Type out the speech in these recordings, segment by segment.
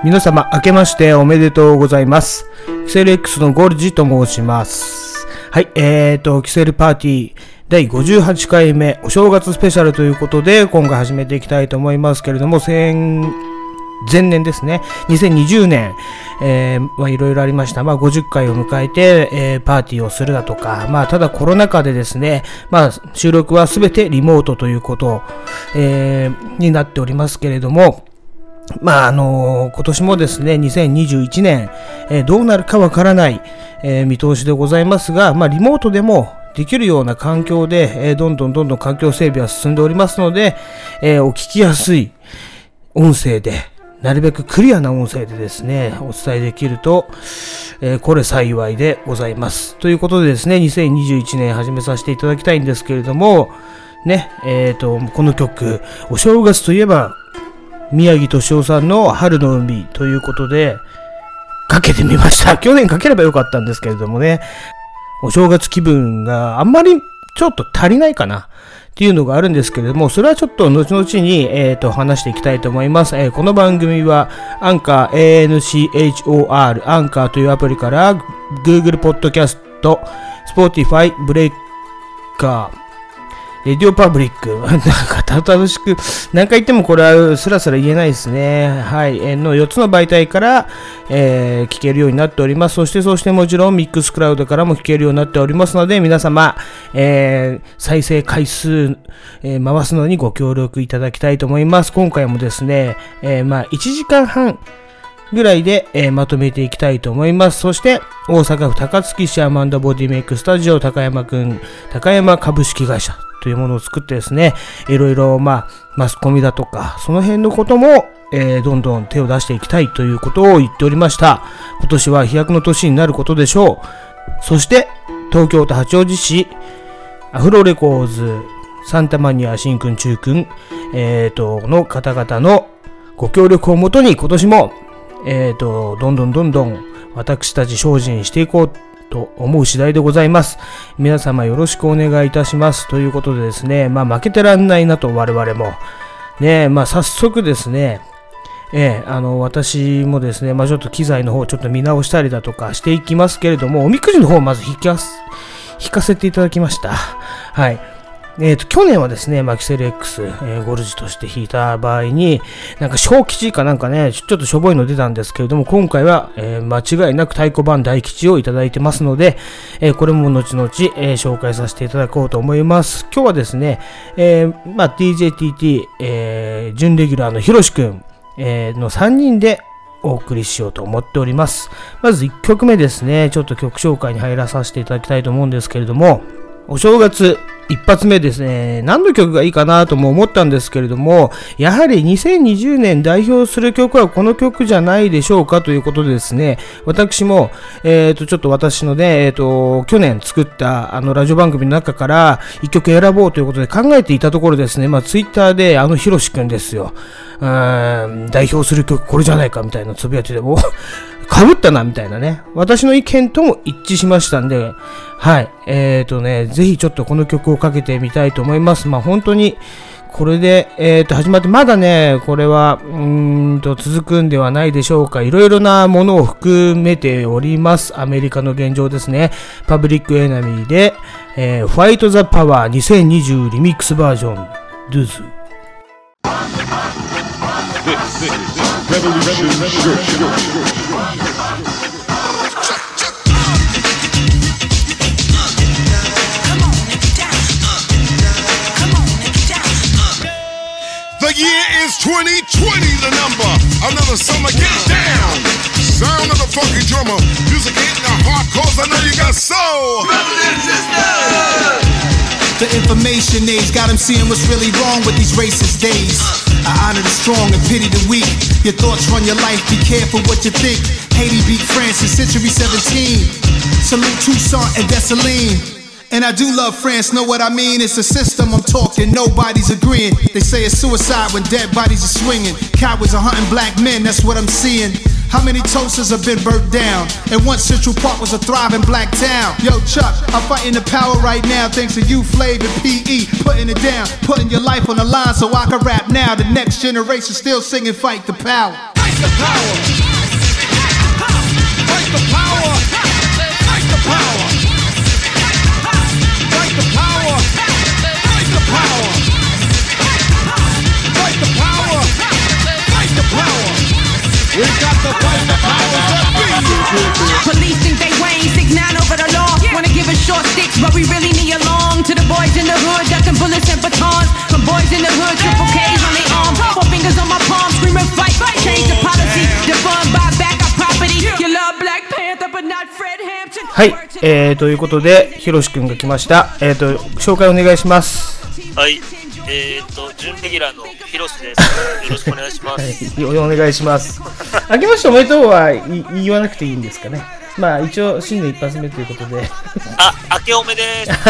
皆様明けましておめでとうございます。キセル X のゴルジと申します。はい、キセルパーティー第58回目お正月スペシャルということで今回始めていきたいと思いますけれども、前年ですね、2020年、いろいろありました。50回を迎えて、パーティーをするだとか、ただコロナ禍でですね、収録はすべてリモートということ、になっておりますけれども、今年もですね、2021年、どうなるかわからない、見通しでございますが、リモートでもできるような環境で、どんどん環境整備は進んでおりますので、お聞きやすい音声で、なるべくクリアな音声でですね、お伝えできると、これ幸いでございます。ということでですね、2021年始めさせていただきたいんですけれども、ね、この曲、お正月といえば、宮城敏夫さんの春の海ということで、かけてみました。去年かければよかったんですけれどもね、お正月気分があんまりちょっと足りないかなっていうのがあるんですけれども、それはちょっと後々に、話していきたいと思います。この番組はアンカー ANCHOR アンカーというアプリから Google Podcast、Spotify、ブレイカー、レディオパブリック、楽しく、何回言ってもこれはスラスラ言えないですね。はい。の4つの媒体から、聞けるようになっております。そしてもちろんミックスクラウドからも聞けるようになっておりますので、皆様、再生回数、回すのにご協力いただきたいと思います。今回もですね、1時間半ぐらいで、まとめていきたいと思います。そして、大阪府高槻市アマンダボディメイクスタジオ高山株式会社というものを作ってですね、いろいろマスコミだとかその辺のことも、どんどん手を出していきたいということを言っておりました。今年は飛躍の年になることでしょう。そして東京都八王子市アフロレコーズサンタマニア新君中君、の方々のご協力をもとに今年も、どんどん私たち精進していこうと思う次第でございます。皆様よろしくお願いいたしますということでですね、負けてらんないなと我々もね、早速ですね、私もですね、ちょっと機材の方ちょっと見直したりだとかしていきますけれども、おみくじの方をまず引かせていただきました。はい。去年はですね、キセル X、ゴルジとして引いた場合に、小吉かなんかね、ちょっとしょぼいの出たんですけれども、今回は、間違いなく太鼓判大吉をいただいてますので、これも後々、紹介させていただこうと思います。今日はですね、DJTT、準レギュラーのひろしくん、の3人でお送りしようと思っております。まず1曲目ですね、ちょっと曲紹介に入らさせていただきたいと思うんですけれども、お正月一発目ですね、何の曲がいいかなとも思ったんですけれども、やはり2020年代表する曲はこの曲じゃないでしょうかということでですね、私も、ちょっと私のね、去年作ったラジオ番組の中から一曲選ぼうということで考えていたところですね、ツイッターでひろしくんですよ、代表する曲これじゃないかみたいなつぶやいててもかぶったなみたいなね、私の意見とも一致しましたんで、はい、ぜひちょっとこの曲をかけてみたいと思います。本当にこれで、始まってまだね、これは続くんではないでしょうか。いろいろなものを含めております。アメリカの現状ですね。パブリックエナミーで、Fight the Power 2020リミックスバージョン Do's Revolution The year is 2020, the number. Another summer, get down. Sound of the funky drummer. Music hitting the heart, cause I know you got soul. Revolution The information age got them seeing what's really wrong with these racist days. I honor the strong and pity the weak. Your thoughts run your life, be careful what you think. Haiti beat France in century 17. Salute Toussaint and Dessalines. And I do love France, know what I mean? It's a system I'm talking, nobody's agreeing. They say it's suicide when dead bodies are swinging. Cowards are hunting black men, that's what I'm seeing. How many toasters have been burnt down? And once Central Park was a thriving black town. Yo, Chuck, I'm fighting the power right now thanks to you, Flav and P.E. Putting it down, putting your life on the line so I can rap now. The next generation still singing fight the power. Fight the power. Fight the power. Fight the power. Fight the power. Fight the power. Fight the power. Fight the power. We got to fight the powers that be. Police think they Wayne, 6'9" over the law. Wanna give us short sticks, but we really need a long. To the boys in the hood, ducking bullets and batons. From boys in the hood, triple K's on their arms. 4 fingers on my palm, screaming fight. Change the policy, defund, buy back our property. You love Black Panther, but not Fred Hampton. はい、ということでひろしくんが来ました。紹介お願いします。 はい、準レギュラーのひろしです。よろしくお願いします。 はい、お願いします。明けましておめでとうは言わなくていいんですかね。まあ一応新年一発目ということで。 明けおめです。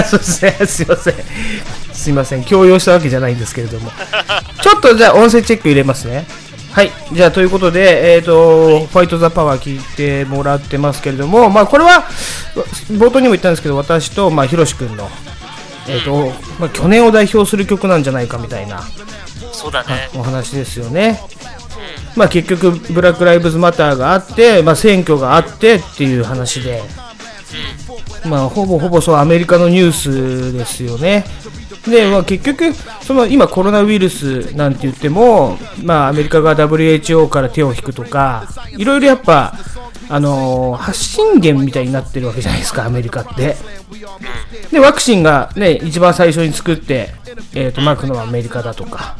そうですね。すいません。強要したわけじゃないんですけれども。ちょっとじゃあ音声チェック入れますね。はい。じゃあということで、ファイトザパワー聞いてもらってますけれども、まあこれは冒頭にも言ったんですけど、私とまあひろしくんのまあ、去年を代表する曲なんじゃないかみたいなそうだねお話ですよね。まあ結局ブラックライブズマターがあって、まあ、選挙があってっていう話で、まあほぼそうアメリカのニュースですよね。で、まあ、結局その今コロナウイルスなんて言っても、まあ、アメリカが WHO から手を引くとかいろいろやっぱ発信源みたいになってるわけじゃないですかアメリカって。でワクチンがね一番最初に作ってまくのはアメリカだとか、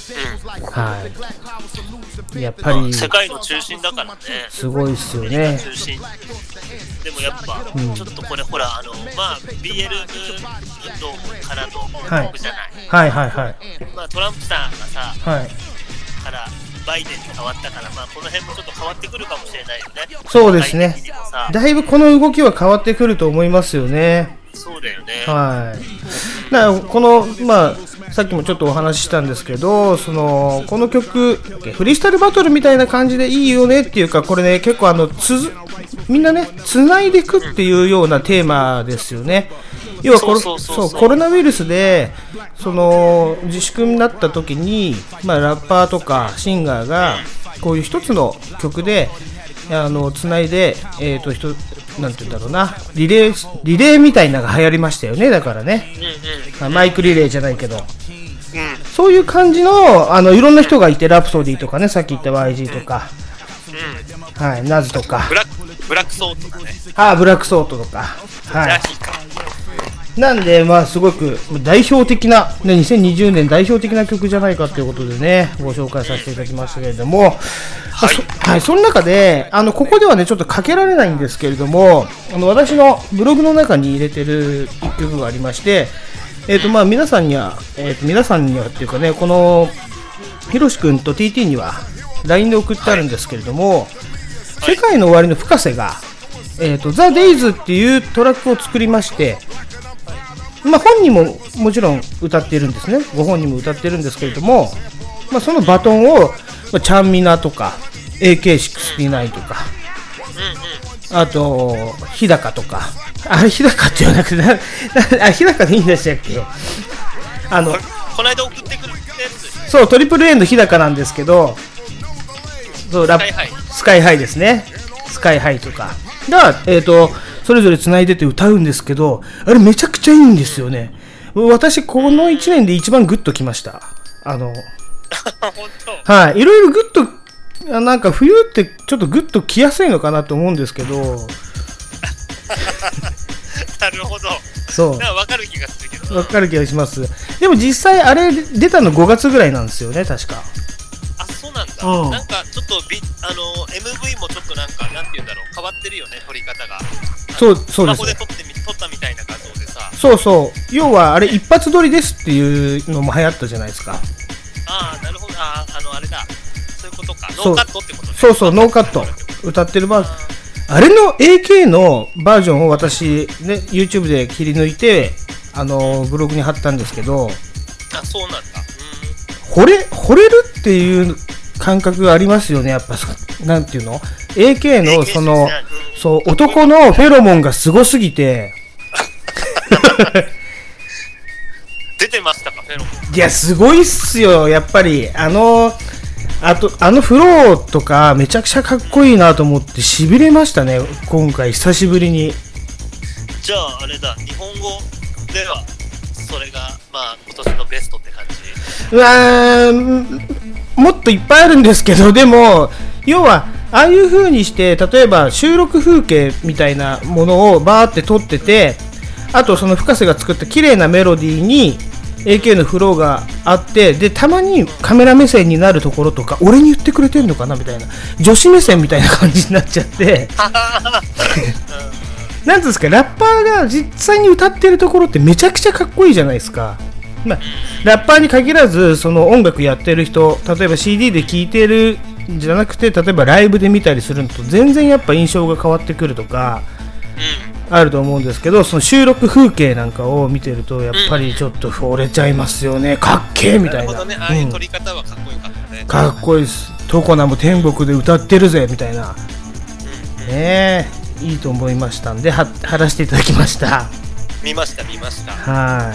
はいやっぱり世界の中心だからね。 すごいっすよね。 中心でもやっぱ、ちょっとこれほらまあ BL 運動からの曲じゃない。 はい。 まあトランプさんがさ、 はい、 からバイデンに変わったから、まあこの辺もちょっと変わってくるかもしれないよね。 そうですね。だいぶこの動きは変わってくると思いますよね。 そうだよね。 はい。だからこのまあさっきもちょっとお話ししたんですけど、この曲フリースタイルバトルみたいな感じでいいよねっていうか、これね結構みんなね繋いでいくっていうようなテーマですよね。要はコロナウイルスで自粛になった時に、まあ、ラッパーとかシンガーがこういう一つの曲でつないで、なんて言うんだろうな、リレーみたいなのが流行りましたよね。だからね、マイクリレーじゃないけど、そういう感じのいろんな人がいて、ラプソディとかね、さっき言った YG とか、はい、ナズとかブラックソートとかね。 ブラックソートとか、はい。なんでまあすごく代表的な、ね、2020年代表的な曲じゃないかということでねご紹介させていただきましたけれども、はい、その中でここではねちょっとかけられないんですけれども、私のブログの中に入れてる一曲がありまして、まあ皆さんにはっていうかね、このひろしくんと TT には LINE で送ってあるんですけれども、世界の終わりの深瀬がザ・デイズっていうトラックを作りまして、まあ、本人ももちろん歌っているんですね。ご本人も歌ってるんですけれども、まあ、そのバトンを、チャンミナとか AK69 とか、あと日高とか、日高って言わなくて日高でいいんでしたっけ？ この間送ってくるやつ。 そう、トリプル A の日高なんですけど、そうスカイハイですね。スカイハイとかがそれぞれ繋いでて歌うんですけど、あれめちゃくちゃいいんですよね。私この1年で一番グッときました。 本当？はい、いろいろグッとなんか冬ってちょっとグッときやすいのかなと思うんですけど。 なるほど。 そう。 わかる気がするけど。 わかる気がします。でも実際あれ出たの5月ぐらいなんですよね、確か。 そうなんだ。なんかちょっとMV もちょっとなんていうんだろう、変わってるよね、撮り方が。 そうです。 スマホで撮ったみたいな画像でさ。 そう。要はあれ一発撮りですっていうのも流行ったじゃないですか。 なるほど。あれだ。そういうことか。ノーカットってことね。 そう、ノーカット。歌ってるあれの AK のバージョンを私ね YouTube で切り抜いてブログに貼ったんですけど。 そうなんだ。 惚れるっていう感覚がありますよね。やっぱなんていうの AK のそう男のフェロモンがすごすぎて出てましたかフェロモン。 いやすごいっすよやっぱりあとフローとかめちゃくちゃかっこいいなと思ってしびれましたね、今回久しぶりに。 じゃああれだ、日本語ではそれがまあ今年のベストって感じ？ もっといっぱいあるんですけど、でも要はああいう風にして例えば収録風景みたいなものをバーって撮ってて、あとその深瀬が作った綺麗なメロディーに AK のフローがあって、でたまにカメラ目線になるところとか俺に言ってくれてんのかなみたいな女子目線みたいな感じになっちゃってなんですか、ラッパーが実際に歌ってるところってめちゃくちゃかっこいいじゃないですか。まあ、ラッパーに限らずその音楽やってる人、例えば CD で聴いてるんじゃなくて、例えばライブで見たりするのと全然やっぱ印象が変わってくるとかあると思うんですけど、その収録風景なんかを見てるとやっぱりちょっと惚れちゃいますよね。かっけーみたいな。 なるほどね、ああいう撮り方はかっこいいかったね。 かっこいいです。トコナも天国で歌ってるぜみたいな、ねえ、いいと思いましたんで貼らせていただきました。 見ました。 はい、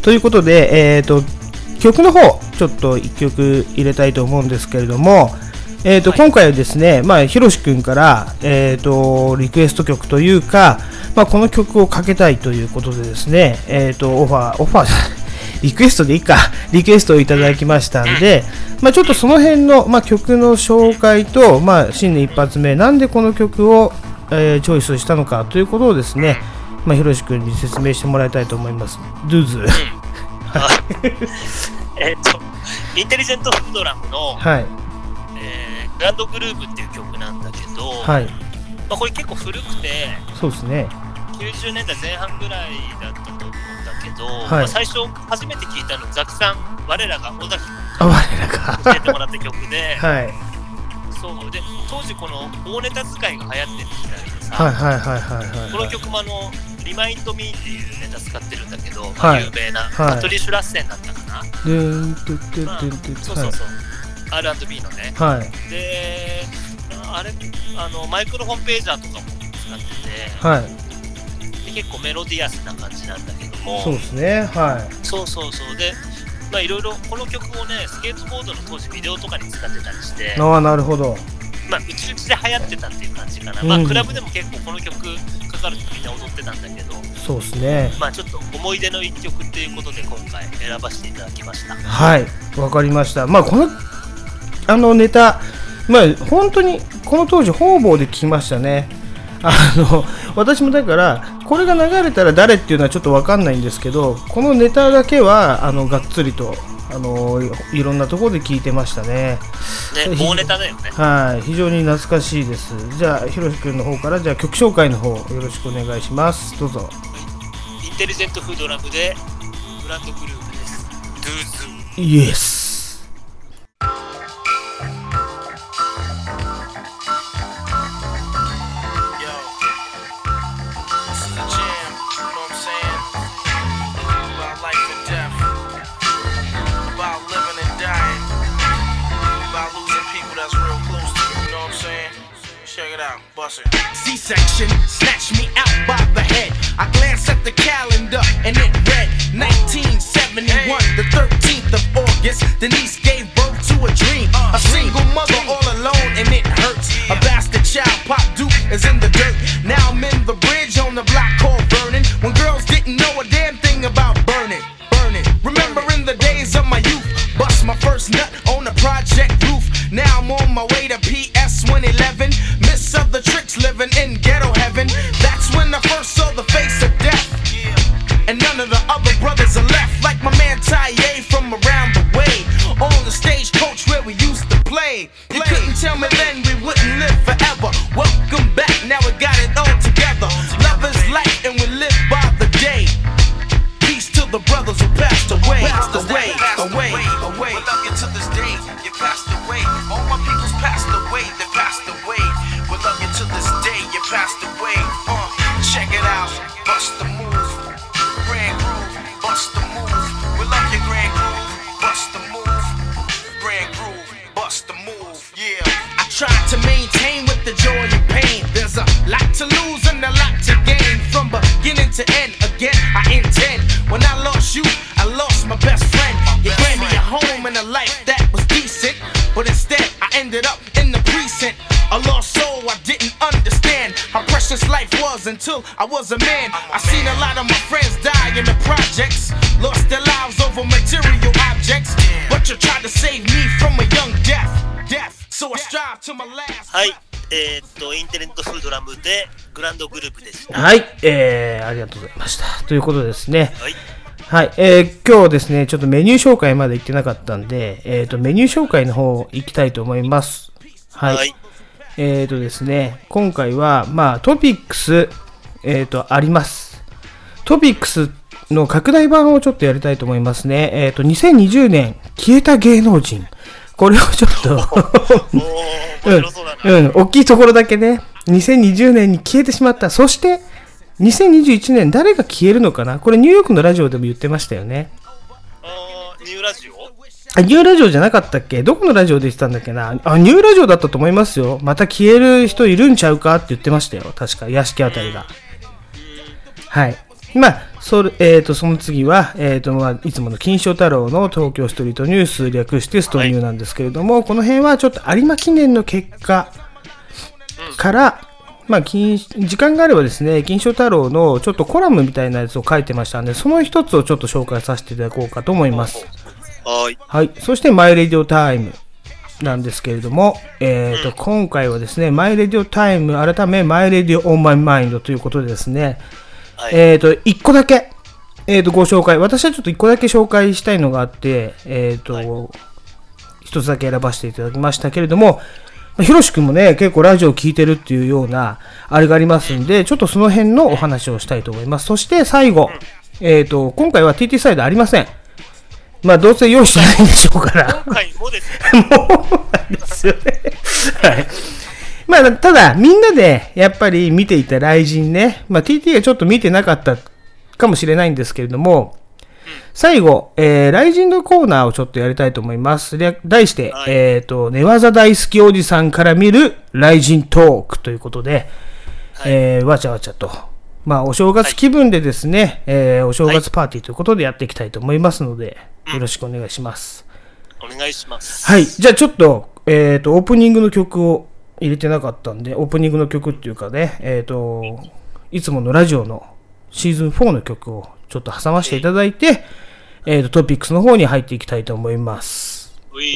ということで、曲の方ちょっと1曲入れたいと思うんですけれども、今回はですね、ひろしくんから、リクエスト曲というか、この曲をかけたいということでですね、オファーリクエストでいいか、リクエストをいただきましたんで、ちょっとその辺の、曲の紹介と、新年一発目なんでこの曲を、チョイスしたのかということをですね、ひろしくんに説明してもらいたいと思います。ドゥーズインテリジェントフードラムの、 はい、 グランドグルーブっていう曲なんだけど、 はい、 これ結構古くて、 そうですね、 90年代前半ぐらいだったと思うんだけど、 はい、 最初初めて聞いたのザキさん、我らが尾崎が教えてもらった曲で、 はい、 そうで当時この大ネタ使いが流行ってる時代でさ、この曲もリマインドミーっていうネタ使ってるんだけど、有名な、パトリッシュ・ラッセンだったかな、そう、R&B のね、であれマイクロフォンページャーとかも使ってて、で結構メロディアスな感じなんだけども、 そうですね、 そうでいろいろこの曲をね、スケートボードの当時ビデオとかに使ってたりして、 なるほど、 うちで流行ってたっていう感じかな、クラブでも結構この曲かかるとみんな踊ってたんだけど、 そうですね、 ちょっと思い出の一曲っていうことで今回選ばせていただきました。 はい、わかりました。このネタ、本当にこの当時方々で聞きましたね。私もだからこれが流れたら誰っていうのはちょっと分かんないんですけど、このネタだけはがっつりといろんなところで聞いてましたね。 大ネタだよね。 はい、非常に懐かしいです。じゃあひろしくんの方からじゃあ曲紹介の方よろしくお願いします。どうぞ。 インテリジェントフードラムでグランドグループです。ドゥーズ。 イエス。 C-section snatched me out by the head. I glanced at the calendar and it read 1971, the 13th of August. Denise gave birth to a dream, a single mother all alone, and it hurts. A bastard child, Pop Duke is in the dirt. Now I'm in the bridge on the block called Vernon, when girls didn't know a damn thing about burning. Remembering the days of my youth, bust my first nut on the project roof. Now I'm on my way to PS 111. Miss of the tricks living in ghetto heaven. That's when I first saw the face of death. And none of the other brothers are left. Like my man Taye from around the way. On the stage coach where we used to play. You couldn't tell me then we wouldn't live forever. Welcome back, now we got it all together. Love is life and we live by the day. Peace to the brothers who passed away. Away. We love you to this day. You passed away. All my people's passed away. They passed away. We love you to this day. You passed away. Check it out. Bust the move. Grand groove. Bust the move. We love you, Grand groove. Bust the move. Grand groove. Bust the move. Yeah. I try to maintain with the joy and pain. There's a lot to lose and a lot to gain. From beginning to end, again I intend. When I lost you, I lost my best friend. You gave me a home and a life that was decent, but it's ended up in the precinct. A lost soul, I didn't understand how precious life was until I was a man. I seen a lot of my friends die in the projects, lost their lives over material objects. But you tried to save me from a young death. So I strive to my last. はい、インテリネットフードラムでグランドグループでした。 はい、ありがとうございました。ということですね。 はい。 はい、今日ですね、ちょっとメニュー紹介まで行ってなかったんで、メニュー紹介の方行きたいと思います。はい。 はい、 ですね、今回は、トピックス、あります。トピックスの拡大版をちょっとやりたいと思いますね。2020年、消えた芸能人。これをちょっと面白そうだな。 大きいところだけね、2020年に消えてしまった。そして、2021年、誰が消えるのかな。これ、ニューヨークのラジオでも言ってましたよね。 ニューラジオ？ ニューラジオじゃなかったっけ？どこのラジオで言ってたんだっけな。ニューラジオだったと思いますよ。また消える人いるんちゃうかって言ってましたよ。確か、屋敷あたりが。はい。その次は、いつもの金賞太郎の東京ストリートニュース、略してストニューなんですけれども、この辺はちょっと有馬記念の結果から、時間があればですね、金賞太郎のちょっとコラムみたいなやつを書いてましたんで、その一つをちょっと紹介させていただこうかと思います。 はい。 はい。そして、マイレディオタイムなんですけれども、今回はですね、マイレディオタイム、改め、マイレディオオンマイマインドということでですね、 はい、 1個だけ、ご紹介、私はちょっと1個だけ紹介したいのがあって、1つだけ選ばせていただきましたけれども、ひろしくんもね、結構ラジオを聞いてるっていうような、あれがありますんで、ちょっとその辺のお話をしたいと思います。そして最後、今回は TT サイドありません。どうせ用意してないんでしょうから。 今回もですね。 もうなんですよね。はい。ただ、みんなで、やっぱり見ていた雷神ね、TT がちょっと見てなかったかもしれないんですけれども、最後、雷神のコーナーをちょっとやりたいと思います。題して、 はい、 寝技大好きおじさんから見る雷神トークということで、 はい、 わちゃわちゃと、お正月気分でですね、お正月パーティーということでやっていきたいと思いますので、よろしくお願いします。 お願いします。 はい。じゃあちょっと、オープニングの曲を入れてなかったんで、オープニングの曲っていうかね、いつものラジオのシーズン4の曲をちょっと挟ませていただいて、トピックスの方に入っていきたいと思います。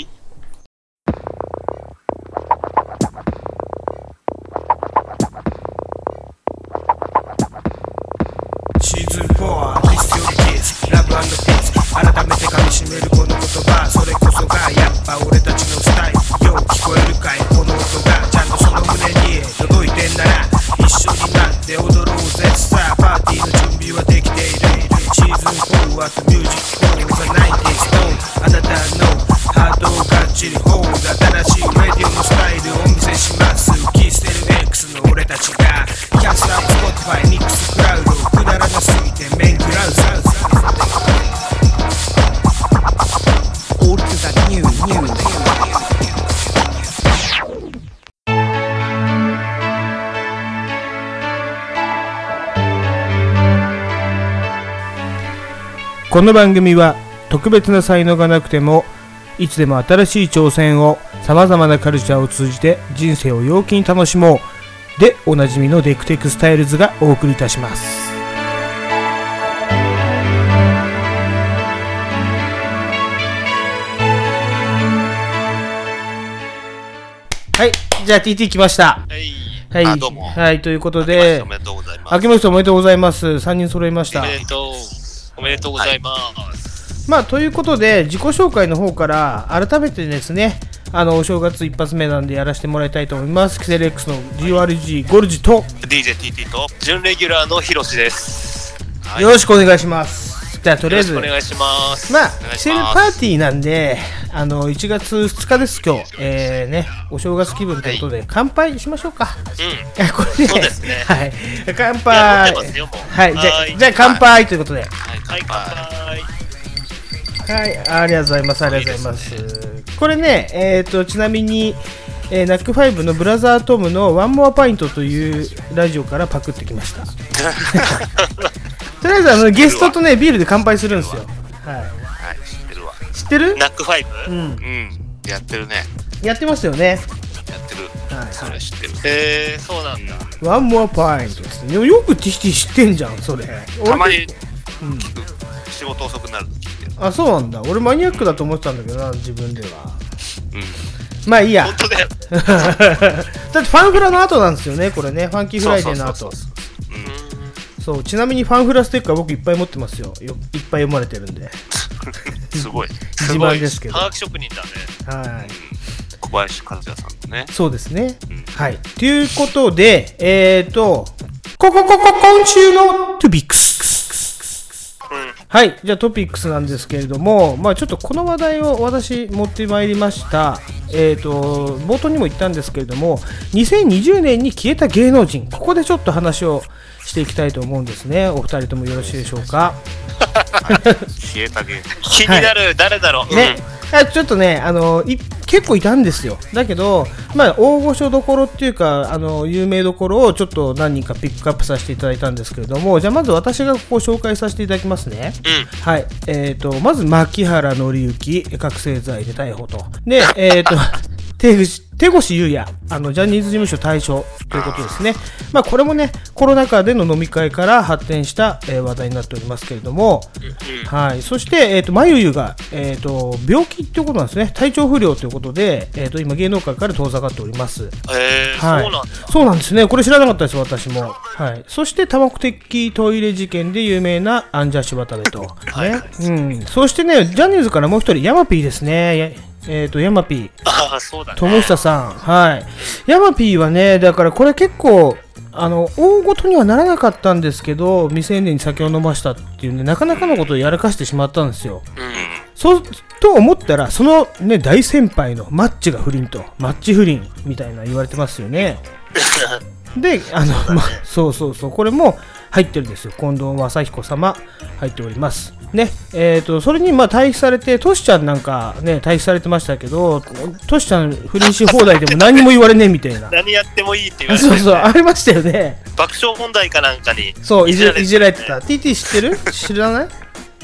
シーズン4は This Your Kiss Love and Peace 改めて噛み締めるこの言葉、それこそがやっぱ俺たちのスタイル。よう聞こえるかいこの音が、ちゃんとその胸に届いてんなら一緒になって踊ろうぜ。さあパーティーの準備はできている。シーズン4はミュージック4が90sトーン、あなたのハートをがっちりホール。新しいラディオのスタイルをお見せします。キステル X の俺たちがキャンセルアップ Spotify ミックスクラウド、くだらなすぎてメンクラウザAll to that newこの番組は特別な才能がなくてもいつでも新しい挑戦をさまざまなカルチャーを通じて人生を陽気に楽しもうでおなじみのデクテクスタイルズがお送りいたします。はい、じゃあ TT 来ました。はい、 どうも。 はい、ということで、 おめでとうございます。 明けましておめでとうございます。3人揃いました。 おめでとうございます。 ということで、自己紹介の方から改めてですね、お正月一発目なんでやらせてもらいたいと思います。キセレックスの GRG ゴルジと DJTT と準レギュラーのヒロシです。 よろしくお願いします。じゃあとりあえずお願いします。 キセルパーティーなんで1月2日です今日ね、お正月気分ということで、乾杯しましょうか。これね、 そうですね。 はい、乾杯。はい、じゃあ乾杯ということで。 乾杯。 はい、ありがとうございます。ありがとうございます。これね、ちなみに、ナックファイブのブラザートムのワンモアパイントというラジオからパクってきました。とりあえずゲストとねビールで乾杯するんですよ。はい。 知ってるわ。 知ってる？ ナックファイブ？ うん。 やってるね。 やってますよね。 やってる。はい、それ知ってる。 そうなんだ。 ワンモアパインですね。よくティティ知ってんじゃん、それ。 たまに、仕事遅くなると聞いてる。 あ、そうなんだ。俺マニアックだと思ってたんだけどな、自分では。まあいいや。 本当だよ。 だってファンフラの後なんですよね、これね。ファンキーフライデーの後。そう、ちなみにファンフラステッカー僕いっぱい持ってますよ。いっぱい読まれてるんで。 すごい。 自慢ですけど。 科学職人だね。 はい。 小林和也さんのね。 そうですね。はい。ということで、今週のトピックス。はい。じゃあトピックスなんですけれども、まあちょっとこの話題を私持ってまいりました。冒頭にも言ったんですけれども、2020年に消えた芸能人、ここでちょっと話をしていきたいと思うんですね。お二人ともよろしいでしょうか。 消えた芸能人。 気になる、誰だろう。 ね。ちょっとね、結構いたんですよ。だけど、まあ、大御所どころっていうか、有名どころをちょっと何人かピックアップさせていただいたんですけれども、じゃあまず私がここを紹介させていただきますね。はい。まず、牧原紀之、覚醒剤で逮捕と。で、手越優也、ジャニーズ事務所退所ということですね。まあ、これもね、コロナ禍での飲み会から発展した、話題になっておりますけれども、はい。そして、まゆゆが、病気っていうことなんですね。体調不良ということで、今芸能界から遠ざかっております。 はい。そうなんだ。 そうなんですね。これ知らなかったです、私も。はい。そして、多目的トイレ事件で有名なアンジャッシュ渡部と。ね。そしてね、ジャニーズからもう一人、ヤマピーですね。ヤマピー。 ああ、そうだね。 友久さん。はい。ヤマピーはね、だからこれ結構、大ごとにはならなかったんですけど、未成年に酒を飲ましたっていうね、なかなかのことをやらかしてしまったんですよ。そうと思ったら、そのね、大先輩のマッチが不倫と、マッチ不倫みたいな言われてますよね。で、そう、これも入ってるんですよ。近藤正彦様、入っております。ね、それにまあ対比されて、トシちゃんなんかね、対比されてましたけど、トシちゃん不倫し放題でも何にも言われねえみたいな。 何やってもいいって言われて、ね。 そう、ありましたよね。 爆笑問題かなんかに。 そう、いじられてた。TT 知ってる？知らない？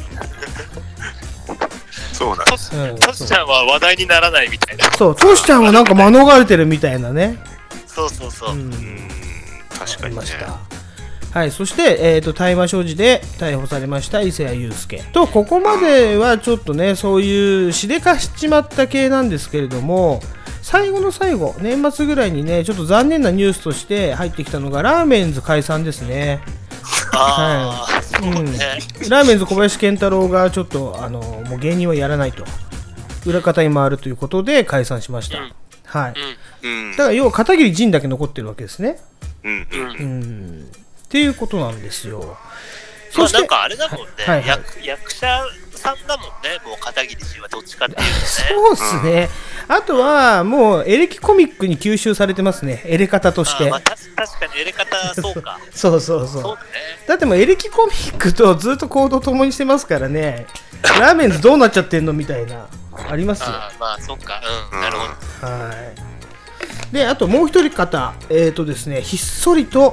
そうなんです。 トシちゃんは話題にならないみたいな。 そう、トシちゃんはなんか免れてるみたいなね。 そう。 確かにね。 はい、そして、大麻所持で逮捕されました伊勢谷友介と、ここまではちょっとね、そういうしでかしちまった系なんですけれども、最後の最後、年末ぐらいにね、ちょっと残念なニュースとして入ってきたのが、ラーメンズ解散ですね。 はい。そうね。 ラーメンズ小林健太郎がちょっと、もう芸人はやらないと。裏方に回るということで解散しました。はい。だから要は片桐仁だけ残ってるわけですね。っていうことなんですよ。 そして、なんかあれだもんね、役者さんだもんね、もう片桐仁はどっちかっていうとね。 そうっすね。あとはもうエレキコミックに吸収されてますね、エレ方として。 確かにエレ方、そうか。 そう。そうだね。だってもうエレキコミックとずっと行動共にしてますからね。ラーメンズどうなっちゃってんのみたいなありますよ。 まあそうか、なるほど。 はい。で、あともう一人方、ですね、ひっそりと。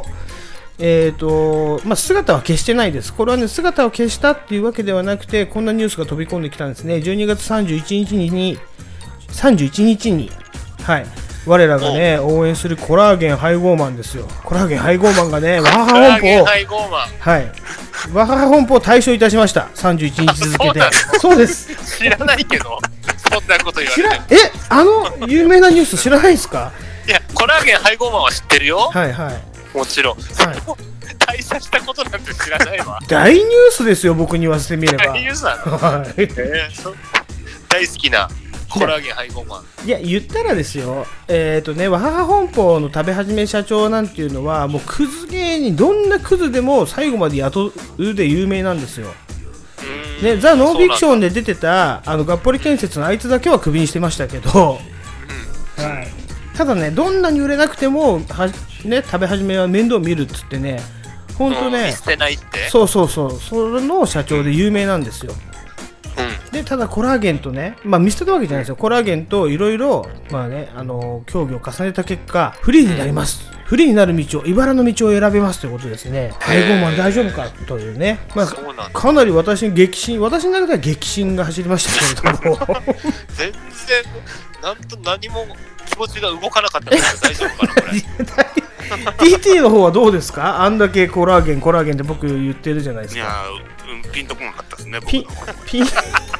姿は消してないです。これはね、姿を消したっていうわけではなくて、こんなニュースが飛び込んできたんですね。12月31日に、はい、我らがね、応援するコラーゲン配合マンですよ。コラーゲン配合マンがね、ワハハ本舗を、はい、ワハハ本舗を退所いたしました。31日付で。そうです。 知らないけど、そんなこと言われて。 有名なニュース知らないですか？ いや、コラーゲン配合マンは知ってるよ。 はい。 もちろん、退社したことなんて知らないわ。 大ニュースですよ、僕に言わせてみれば。 大ニュースなの？大好きなコラーゲン配合マン。 いや、言ったらですよ、ワハハ本舗の食べ始め社長なんていうのは、もうクズ芸人、どんなクズでも最後まで雇うで有名なんですよ。ね、ザ・ノンフィクションで出てたがっぽり建設のあいつだけはクビにしてましたけど、ただね、どんなに売れなくても食べ始めは面倒見るっつってね、ほんとね、 見捨てないって。 そうその社長で有名なんですよ。 でただコラーゲンとね、まあ見捨てたわけじゃないですよ。コラーゲンといろいろまあね、協議を重ねた結果フリーになります、フリーになる道を、茨の道を選べますということですね。配合マン大丈夫かというね、まあ、かなり私の中では激震が走りましたけれども全然何も気持ちが動かなかったから大丈夫かなこれ TT の方はどうですか？あんだけコラーゲンって僕言ってるじゃないですか。 いやピンとこなかったですね。 ピン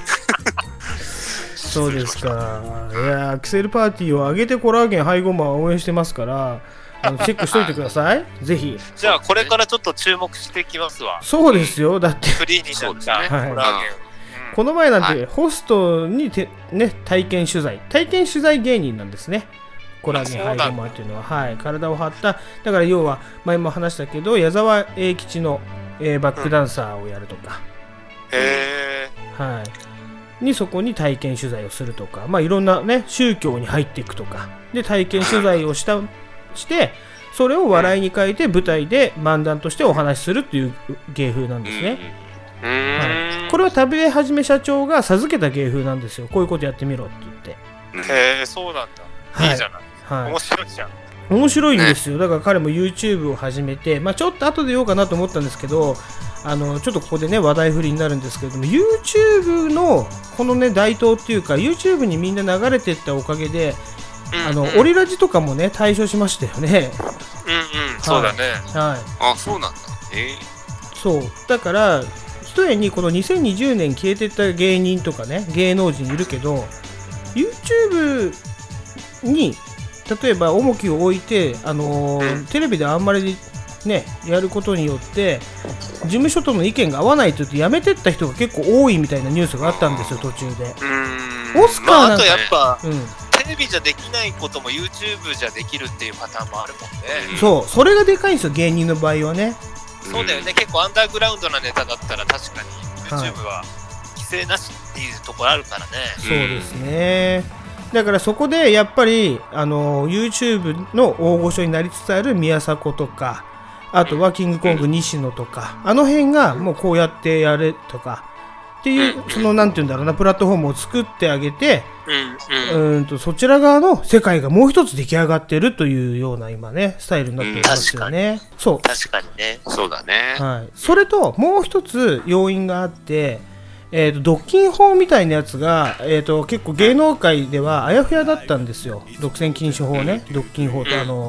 そうですか。いやアクセルパーティーを上げてコラーゲン配合マンを応援してますからチェックしといてくださいぜひ。 じゃあこれからちょっと注目してきますわ。 そうですよ。だってフリーになったコラーゲン、 この前なんてホストに体験取材芸人なんですね。コラーゲン配合マンっていうのは、はい、体を張った、だから要は前も話したけど矢沢永吉の、バックダンサーをやるとか、はい、にそこに体験取材をするとか、まあいろんなね宗教に入っていくとかで体験取材をしてそれを笑いに変えて舞台で漫談としてお話しするっていう芸風なんですね。はい、これは食べはじめ社長が授けた芸風なんですよ。こういうことやってみろって言って。 へえ、そうなんだ。はい、いいじゃない。はい、面白いじゃん。 面白いんですよ。だから彼も YouTube を始めて、まあ、ちょっと後で言おうかなと思ったんですけど、ちょっとここでね話題振りになるんですけれども、 YouTube のこのね台頭っていうか YouTube にみんな流れていったおかげで、オリラジとかもね対象しましたよね。 そうだね。 はい。 あ、そうなんだ。 そうだから一重にこの2020年消えてった芸人とかね芸能人いるけど YouTube に例えば重きを置いて、テレビであんまりねやることによって事務所との意見が合わないと言って辞めてった人が結構多いみたいなニュースがあったんですよ途中で。オスカーなんか、 あとやっぱ、テレビじゃできないことも YouTube じゃできるっていうパターンもあるもんね。 そうそれがでかいんですよ芸人の場合はね。 そうだよね。結構アンダーグラウンドなネタだったら確かに YouTube は規制なしっていうところあるからね。 そうですね。だからそこでやっぱりYouTube の大御所になりつつある宮迫とか、あとはキングコング西野とか、あの辺がもうこうやってやれとかっていうそのなんていうんだろうなプラットフォームを作ってあげて、そちら側の世界がもう一つ出来上がってるというような今ねスタイルになっていますよね。そう確かにね。そうだね。 はい。それともう一つ要因があって。独禁法みたいなやつが、結構芸能界ではあやふやだったんですよ。独占禁止法ね、独禁法と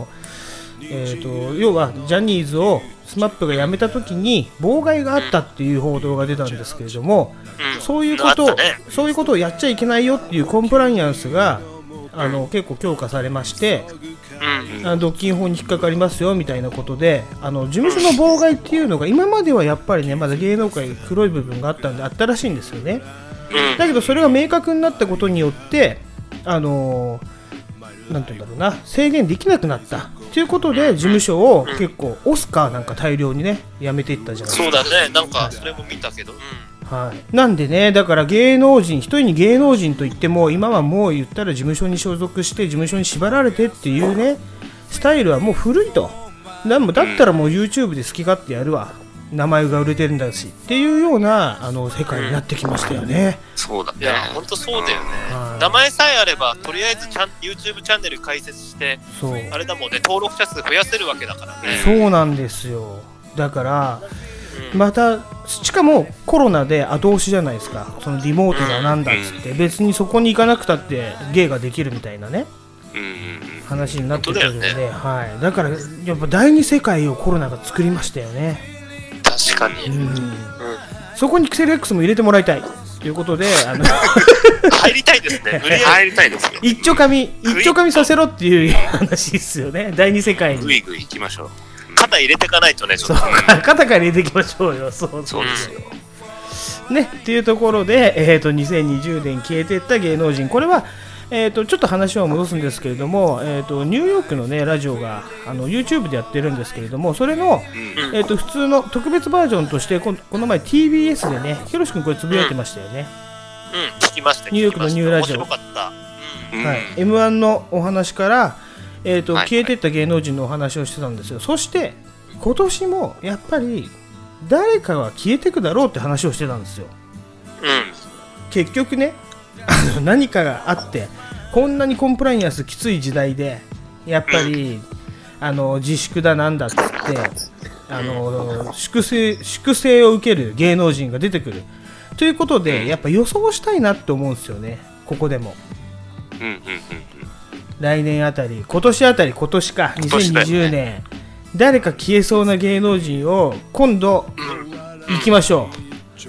要はジャニーズを SMAP が辞めた時に妨害があったっていう報道が出たんですけれども、そういうことをやっちゃいけないよっていうコンプライアンスが結構強化されまして、独禁法に引っかかりますよみたいなことで事務所の妨害っていうのが今まではやっぱりねまだ芸能界黒い部分があったらしいんですよね。だけどそれが明確になったことによってなんていうんだろうな制限できなくなったということで事務所を結構オスカーなんか大量にね辞めていったじゃないですか。 そうだね。なんかそれも見たけど、 はい、なんでねだから一人に芸能人といっても今はもう言ったら事務所に所属して事務所に縛られてっていうねスタイルはもう古いと。だったらもう YouTube で好き勝手やるわ名前が売れてるんだしっていうような世界になってきましたよね。 そうだね。 いや本当そうだよね。名前さえあればとりあえずYouTube チャンネル開設してあれだもんね登録者数増やせるわけだからね。 そうなんですよ。だからまたしかもコロナで後押しじゃないですか。そのリモートだなんだっつって別にそこに行かなくたって芸ができるみたいなね話になってくるので、はい、だからやっぱ第二世界をコロナが作りましたよね。 確かに、 そこにクセル X も入れてもらいたいということで入りたいですね。 入りたいですよ。 一丁紙させろっていう話ですよね。第二世界にグイグイ行きましょう。 肩入れていかないとね。ちょっと肩から入れていきましょうよ。そうですよね。っていうところで、2020年消えていった芸能人、これは、ちょっと話を戻すんですけれども、ニューヨークの、ね、ラジオがYouTube でやってるんですけれども、それの、普通の特別バージョンとしてこの前 TBS でね、ひろし君これつぶやいてましたよね。 聞きました。 ニューヨークのニューラジオ。 面白かった。 はい、M1 のお話から、消えていった芸能人のお話をしてたんですよ。そして今年もやっぱり誰かは消えていくだろうって話をしてたんですよ。 結局ね何かがあってこんなにコンプライアンスきつい時代でやっぱり自粛だなんだっつって粛清を受ける芸能人が出てくるということでやっぱ予想したいなって思うんですよね。ここでも来年あたり今年か2020年誰か消えそうな芸能人を今度行きましょ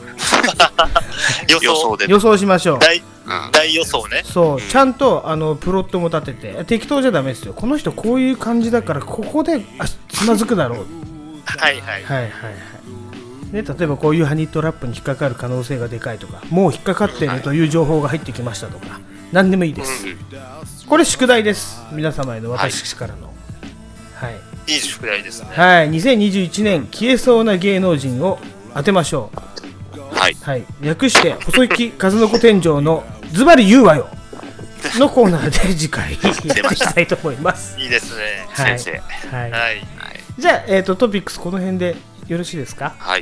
う予想しましょう。 大予想ね。 そうちゃんとプロットも立てて適当じゃダメですよ。この人こういう感じだからここでつまずくだろうはいはいね、例えばこういうハニートラップに引っかかる可能性がでかいとかもう引っかかってるという情報が入ってきましたとか何でもいいです、これ宿題です皆様への私からのいい宿題ですね。 2021年消えそうな芸能人を当てましょう。略して細木数の子天井のズバリ言うわよのコーナーで次回やっていきたいと思います。 いいですね、 先生。 じゃあ、トピックスこの辺でよろしいですか。はい。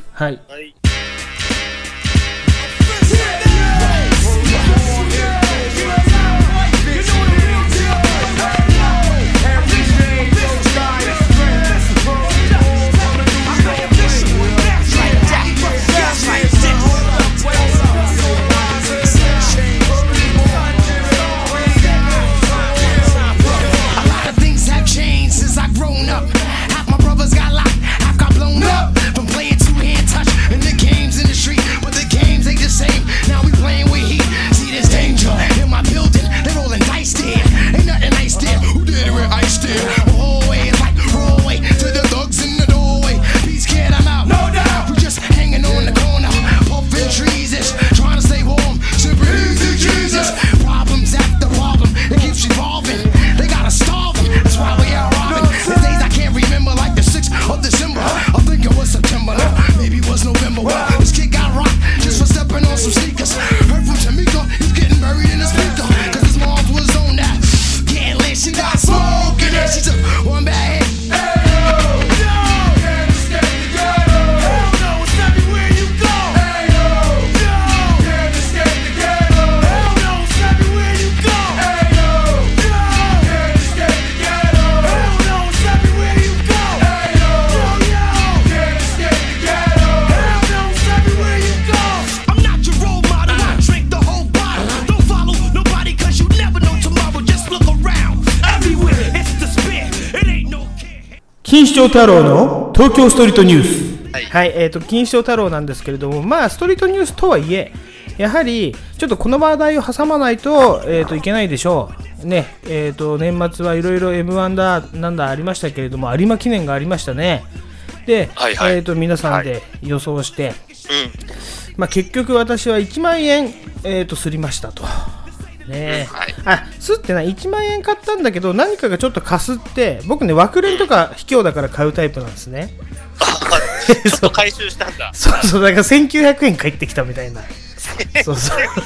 錦糸町太郎の東京ストリートニュース。はい、錦糸町太郎なんですけれども、ストリートニュースとはいえ、やはりちょっとこの話題を挟まないと、いけないでしょう。ね、年末はいろいろ M1 だなんだありましたけれども、有馬記念がありましたね。で、皆さんで予想して、結局私は1万円、すりましたと。ねすってな1万円買ったんだけど何かがちょっとかすって僕ね枠連とか卑怯だから買うタイプなんですね。 ちょっと回収したんだ。 そうだから1900円返ってきたみたいな。そう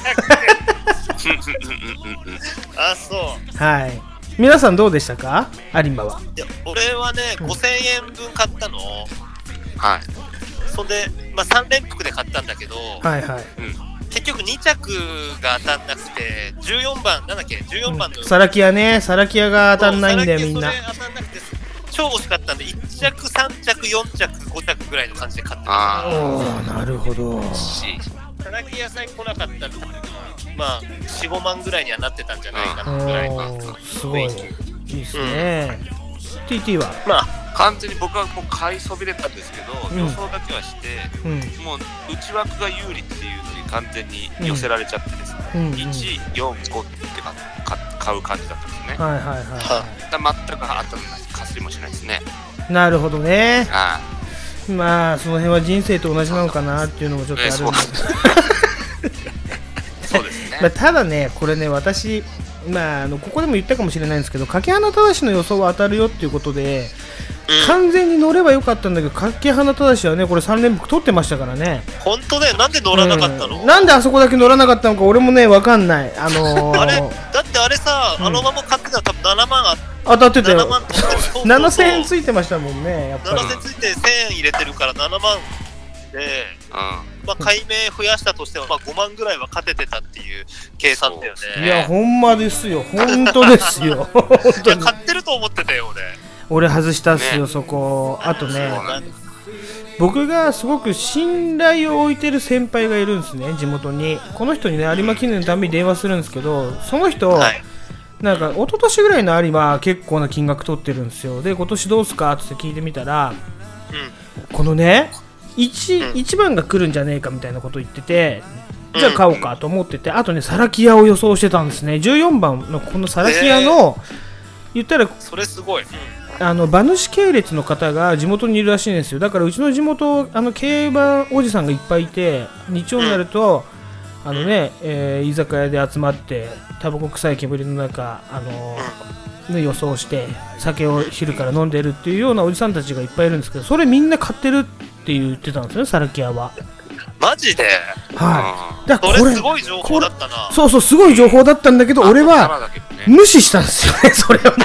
はい皆さんどうでしたか有馬は。 いや俺はね5000円分買ったの。そんで3連服で買ったんだけど結局2着が当たんなくて14番なんだっけ14番のサラキアねサラキアが当たんないんだよみんな。 当たんなくて超惜しかったんで1着3着4着5着ぐらいの感じで買ってた。 なるほど。 サラキアさえ来なかったら4、5万ぐらいにはなってたんじゃないかなぐらい。 すごいいいですね。TT は完全に僕はもう買いそびれたんですけど、予想だけはして、もう内枠が有利っていうのに完全に寄せられちゃってですね、1、4、5って買う感じだったんですね。全く当たらないかすりもしないですね。 なるほどね。その辺は人生と同じなのかなっていうのもちょっとあるんですそうですね。 ただねこれね私ここでも言ったかもしれないんですけど掛花正の予想は当たるよっていうことで、完全に乗ればよかったんだけど掛花正はねこれ3連服取ってましたからね。 本当だよ。なんで乗らなかったの、 なんであそこだけ乗らなかったのか俺もね分かんない。 あれだってあれさ、あのまま買ってたら多分7万当たってたよ。7000円ついてましたもんね。やっぱり 7000円ついて1000円入れてるから7万で、まあ、解明増やしたとしても、まあ、5万ぐらいは勝ててたっていう計算だよね。 いやほんまですよ、本当ですよ本当に。 いや買ってると思ってたよ俺外したっすよ、そこ。あとね、僕がすごく信頼を置いてる先輩がいるんですね、地元に。この人にね、有馬記念のために電話するんですけど、その人、なんか一昨年ぐらいの有馬結構な金額取ってるんですよ。で、今年どうすかって聞いてみたら、このね 1番が来るんじゃねえかみたいなこと言ってて、じゃあ買おうかと思ってて、あとねサラキアを予想してたんですね。14番のこのサラキアの、言ったらそれすごい、 馬主系列の方が地元にいるらしいんですよ。だからうちの地元競馬おじさんがいっぱいいて、日曜になると、居酒屋で集まってタバコ臭い煙の中予想して酒を昼から飲んでるっていうようなおじさんたちがいっぱいいるんですけど、それみんな買ってるって言ってたんですよね、サラキアは。 マジで？ はい。だからそれすごい情報だったな。 そうそう、すごい情報だったんだけど、俺は無視したんですよね、それをね。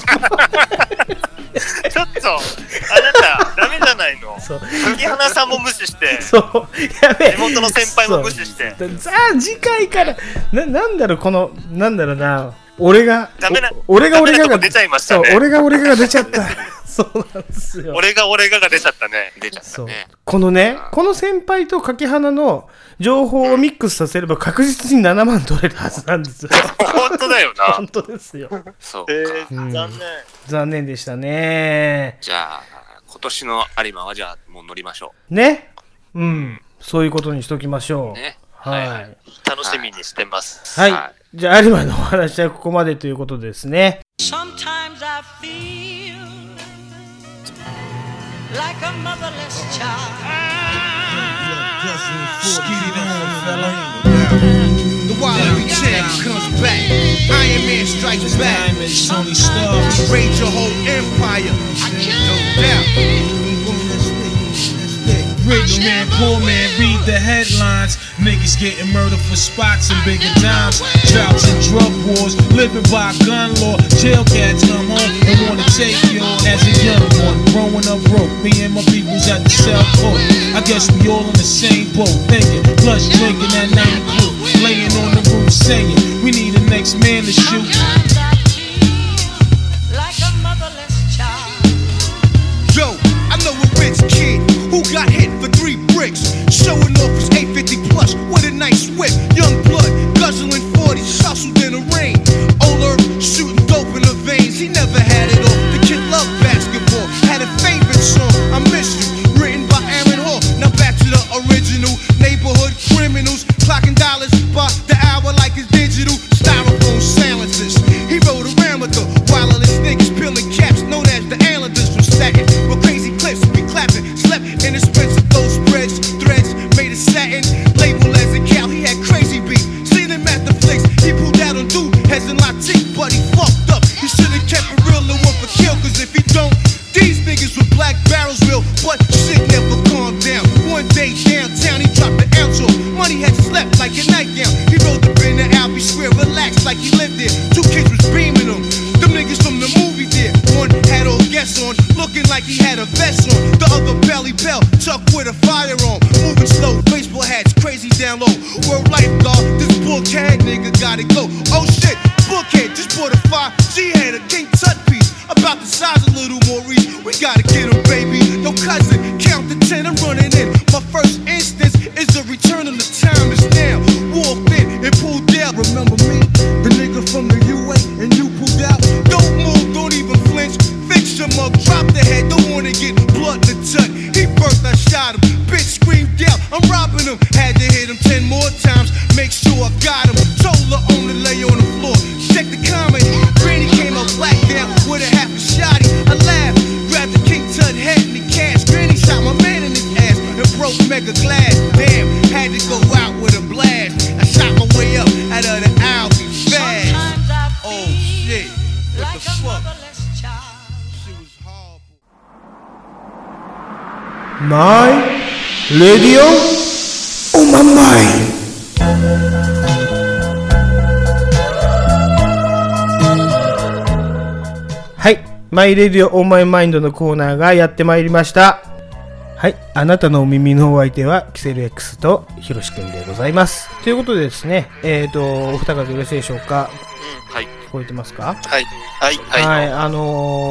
ちょっとあなたダメじゃないの。杉花さんも無視して、 そうやべえ、 地元の先輩も無視して。 さあ次回からなんだろう、このなんだろうな、俺が出ちゃいましたね。 そう、俺が出ちゃった。そうなんですよ。 俺が出ちゃったね。出ちゃったね。 このね、この先輩と柿花の情報をミックスさせれば確実に7万取れるはずなんですよ。 本当だよな。 本当ですよ。 そうか、 残念でしたね。 じゃあ今年の有馬はじゃあもう乗りましょうね。うん、そういうことにしときましょうね。 はい、楽しみにしてます。 はい、じゃあ有馬のお話はここまでということですね。 Sometimes I feel like a motherless child. The Wally check comes back. Iron Man strikes back. Tony Stark. Raise your whole empire. No doubt. Rich man, poor man, read the headlines. Niggas getting murdered for spots and bigger dimes. Droughts and drug wars, living by gun law. Jail cats come home and wanna take you on. As a young one, growing up broke, me and my peoples at the cell court. I guess we all in the same boat, thinking, plus drinking that 9 crew. Laying on the roof saying, we need the next man to shoot. Like a motherless child. Yo, I know a rich kid who got hit for 3 bricks, showing off his 850 plus with a nice whip. Young blood, guzzling 40s, hustled in the rain. Old Earth shooting dope in the veins. He never had it all. The kid loved basketball, had a favorite song, I Miss You, written by Aaron Hall. Now back to the original. Neighborhood criminals clocking dollars by the hour like it's digital. Styrofoam silences. He rode around with the wireless niggas peeling caps known as the Islanders from Staten. With crazy clips be clapping. Slept in expensive those spreads, threads made of satin. Label as a cow, he had crazy beats. Seen him at the flicks, he pulled out on dude as in Latif, but he fucked up. He should've kept it real and went for kill, cause if he don't, these niggas with black barrels will. But shit never calmed down. One day downtown, he dropped an ounce off. Money had slept like a nightgown. He rolled up in the Albee Square, relaxed like he lived there. 2 kids was beaming him. Them niggas from the movie there. One had all guests on, looking like he had a vest on. The other belly belt, tucked with a firearm. Moving slow, baseball hats, crazy down low. World lifeguard, this bookhead nigga gotta go. Oh shit, bookhead just bought a 5G head, a King Tut piece. About the size of Little Maurice. We gotta get him, baby. No cousin, count to 10, I'm running in. My first instance is the return of the time is now. Walked in and pulled out. Remember me, the nigga from the UA, and you pulled out. Don't move, don't even flinch. Fix your mug, drop the head. Don't wanna get blood in the tut. He birthed, I shot him. Bitch screamed out, I'm robbing him. Had to hit him 10 more times. Make sure I got him. Told her on the lay on the floor. Check the comment. Granny came up black down with a half a shotty. I laughed, grabbed the King Tut head in the cash. Granny shot my man in his ass and broke mega glass. Damn, had to go out with a blast. I shot my way up out of the Albee fast. Oh shit, what the fuck? Shit was horrible. My radio on my mind. はい、マイレディオオンマイマインドのコーナーがやってまいりました。 はい、あなたのお耳のお相手はキセル X とひろしくんでございます。ということでですね、お二方よろしいでしょうか。 はい。 聞こえてますか？ はい。はい。 はい。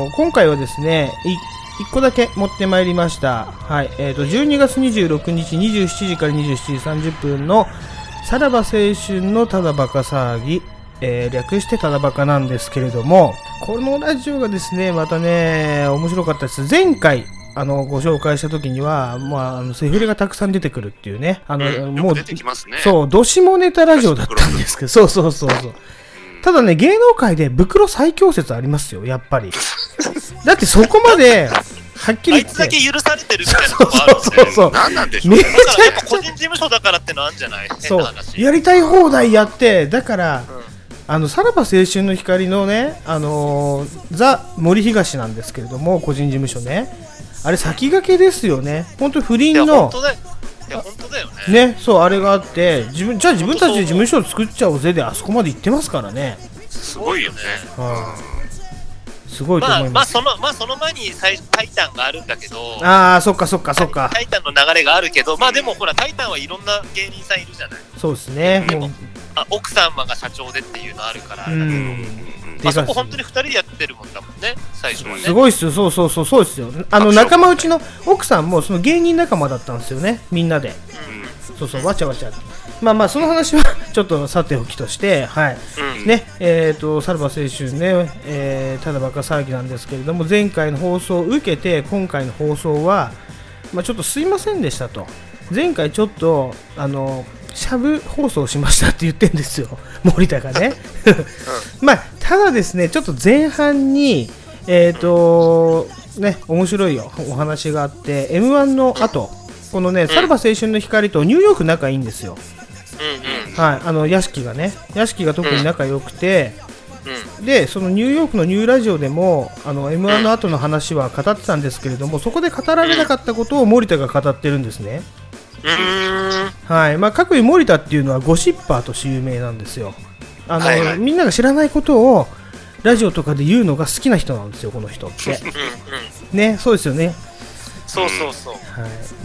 今回はですね、1個だけ持ってまいりました。はい。12月26日27時から27時30分のさらば青春のただバカ騒ぎ、略してただバカなんですけれども、このラジオがですね、またね、面白かったです。前回、ご紹介した時には、セフレがたくさん出てくるっていうね、もう、 出てきますね。 そう、どしもネタラジオだったんですけど、そう。ただね、芸能界で袋最強説ありますよ、やっぱり。だってそこまで、はっきり言って。 あいつだけ許されてるみたいなとこあるんで。 そう。 何なんでしょうね。 だからやっぱ個人事務所だからってのあるんじゃない？変な話。 やりたい放題やって、だから、さらば青春の光のね、ザ・森東なんですけれども、個人事務所ね。あれ先駆けですよね。本当不倫の。 いや本当だよね。 ね、そうあれがあって自分たちで事務所を作っちゃおうぜであそこまで行ってますからね。 すごいよね。 すごいと思います。 その前にタイタンがあるんだけど。 そっか。 タイタンの流れがあるけど、でもほらタイタンはいろんな芸人さんいるじゃない。 そうですね。 でも奥様が社長でっていうのあるから。そこ本当に2人でやってるもんだもんね、最初はね。 すごいっすよ、そうですよ。仲間内の奥さんもその芸人仲間だったんですよね、みんなで。そう、わちゃわちゃ。その話はちょっとさておきとして、はい。ね、さらば青春ね、ただバカ騒ぎなんですけれども、前回の放送を受けて、今回の放送は、ちょっとすいませんでしたと。前回ちょっと、シャブ放送しましたって言ってんですよ、森田がね。ただですね、ちょっと前半に、面白いお話があって、M1 の後、このね、さらば青春の光とニューヨーク仲いいんですよ。はい、屋敷が特に仲良くて、で、そのニューヨークのニューラジオでも、M1 の後の話は語ってたんですけれども、そこで語られなかったことを森田が語ってるんですね。はい、各位森田っていうのはゴシッパーとして有名なんですよ。みんなが知らないことをラジオとかで言うのが好きな人なんですよ、この人ってね。そうですよね。 そう、はい、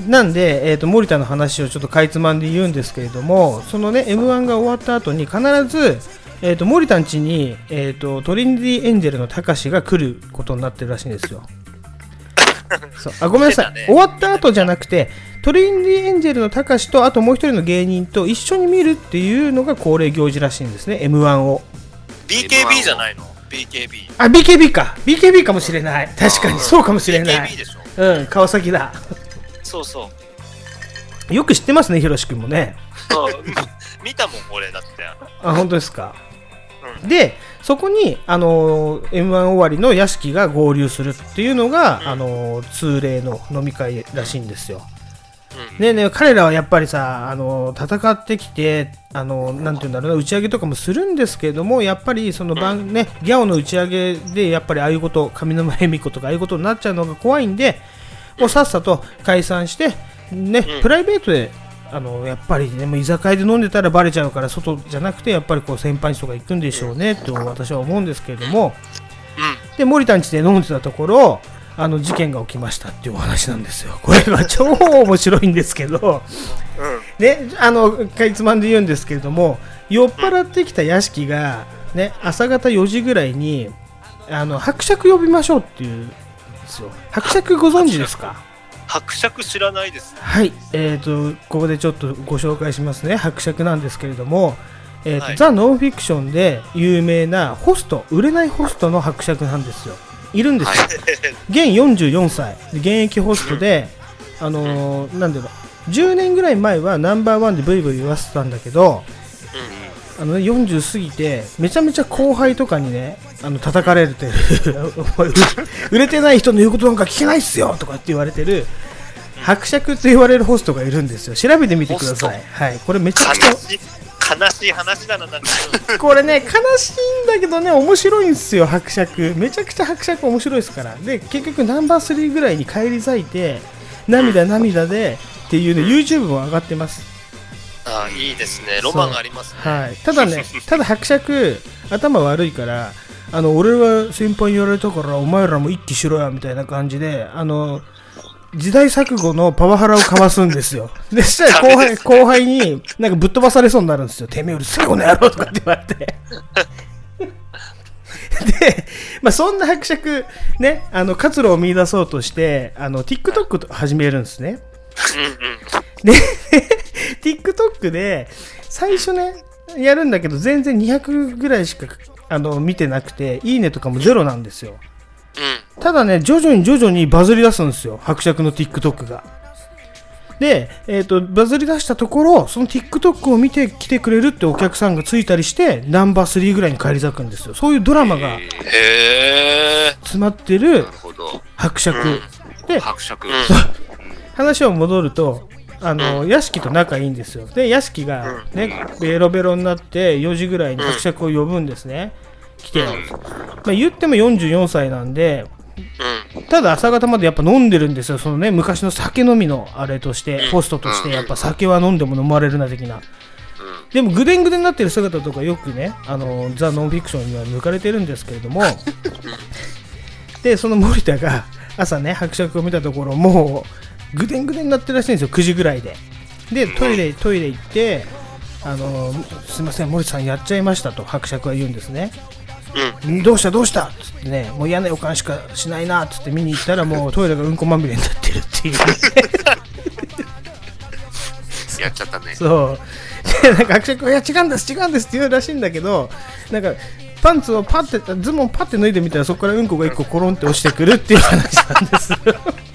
なんで、森田の話をちょっとかいつまんで言うんですけれども、そのね M1 が終わった後に必ず、森田ん家に、トリニティエンジェルのたかしが来ることになってるらしいんですよ。ごめんなさい、終わった後じゃなくてトリニティエンジェルのたかしとあともう一人の芸人と一緒に見るっていうのが恒例行事らしいんですね、 M1 を。 BKB じゃないの？ BKB。 BKB かもしれない。確かにそうかもしれない。 BKB でしょ。 川崎だ。 そうよく知ってますね、ひろし君もね。 見たもん俺だって。 本当ですか。でそこにM1 終わりの屋敷が合流するっていうのが、通例の飲み会らしいんですよ。彼らはやっぱりさ、戦ってきてなんていうんだろうな、打ち上げとかもするんですけれども、やっぱりそのギャオの打ち上げでやっぱりああいうこと上沼恵美子とかああいうことになっちゃうのが怖いんで、もうさっさと解散してね、プライベートでやっぱりね、もう居酒屋で飲んでたらバレちゃうから、外じゃなくてやっぱりこう先輩とか行くんでしょうねと私は思うんですけれども、で森田ん家で飲んでたところ事件が起きましたっていうお話なんですよ。これが超面白いんですけど、ね、かいつまんで言うんですけれども、酔っ払ってきた屋敷が、ね、朝方4時ぐらいに伯爵呼びましょうっていうんですよ。伯爵ご存知ですか？ 伯爵知らないです。 はい、ここでちょっとご紹介しますね。伯爵なんですけれども、ザ・ノンフィクションで有名なホスト、売れないホストの伯爵なんですよ。いるんですよ。現44歳現役ホストで、なんだろう、10年ぐらい前はナンバーワンでブイブイ言わせてたんだけど、40過ぎてめちゃめちゃ後輩とかにね叩かれてる売れてない人の言うことなんか聞けないっすよとかって言われてる伯爵と言われるホストがいるんですよ。調べてみてください。はい、これめちゃくちゃ悲しい話だな。なんかこれね悲しいんだけどね面白いんですよ。伯爵めちゃくちゃ伯爵面白いですから。で結局ナンバー3ぐらいに返り咲いて涙でっていうね YouTube も上がってます。 ああいいですね、ロマンがありますね。 はい、ただ伯爵頭悪いから俺は先輩に言われたからお前らも一気しろよみたいな感じで時代錯誤のパワハラをかわすんですよ。で、そしたら後輩になんかぶっ飛ばされそうになるんですよ。てめえうるせえこの野郎とかって言われて。で、まあ、そんな伯爵ね、活路を見出そうとして、TikTok を始めるんですね。で、TikTok で、最初ね、やるんだけど、全然200ぐらいしか、見てなくて、いいねとかもゼロなんですよ。ただね、徐々にバズり出すんですよ、伯爵の TikTok が。で、バズり出したところ、その TikTok を見て来てくれるってお客さんがついたりして、ナンバー3ぐらいに返り咲くんですよ。そういうドラマが詰まってる伯爵。で、話を戻ると、屋敷と仲いいんですよ。で、屋敷がね、ベロベロになって4時ぐらいに伯爵を呼ぶんですね。来て、まあ、言っても44歳なんで、ただ朝方までやっぱ飲んでるんですよ。そのね、昔の酒飲みのあれとして、ホストとしてやっぱ酒は飲んでも飲まれるな的な。でもグデングデンになってる姿とかよくね、ザ・ノンフィクションには抜かれてるんですけれども、で、その森田が朝ね、伯爵を見たところ、もうグデングデンになってるらしいんですよ、9時ぐらいで。で、トイレ行って、すいません、森田さんやっちゃいましたと伯爵は言うんですね。どうしたっつってね、もう嫌な予感しかしないなっつって見に行ったら、もうトイレがうんこまみれになってるっていう、ね、 やっちゃったね。 そうで、なんか伯爵がいや違うんですって言うらしいんだけど、なんかパンツをズボンパッて脱いでみたら、そこからうんこが1個コロンって落ちてくるっていう話なんですよ。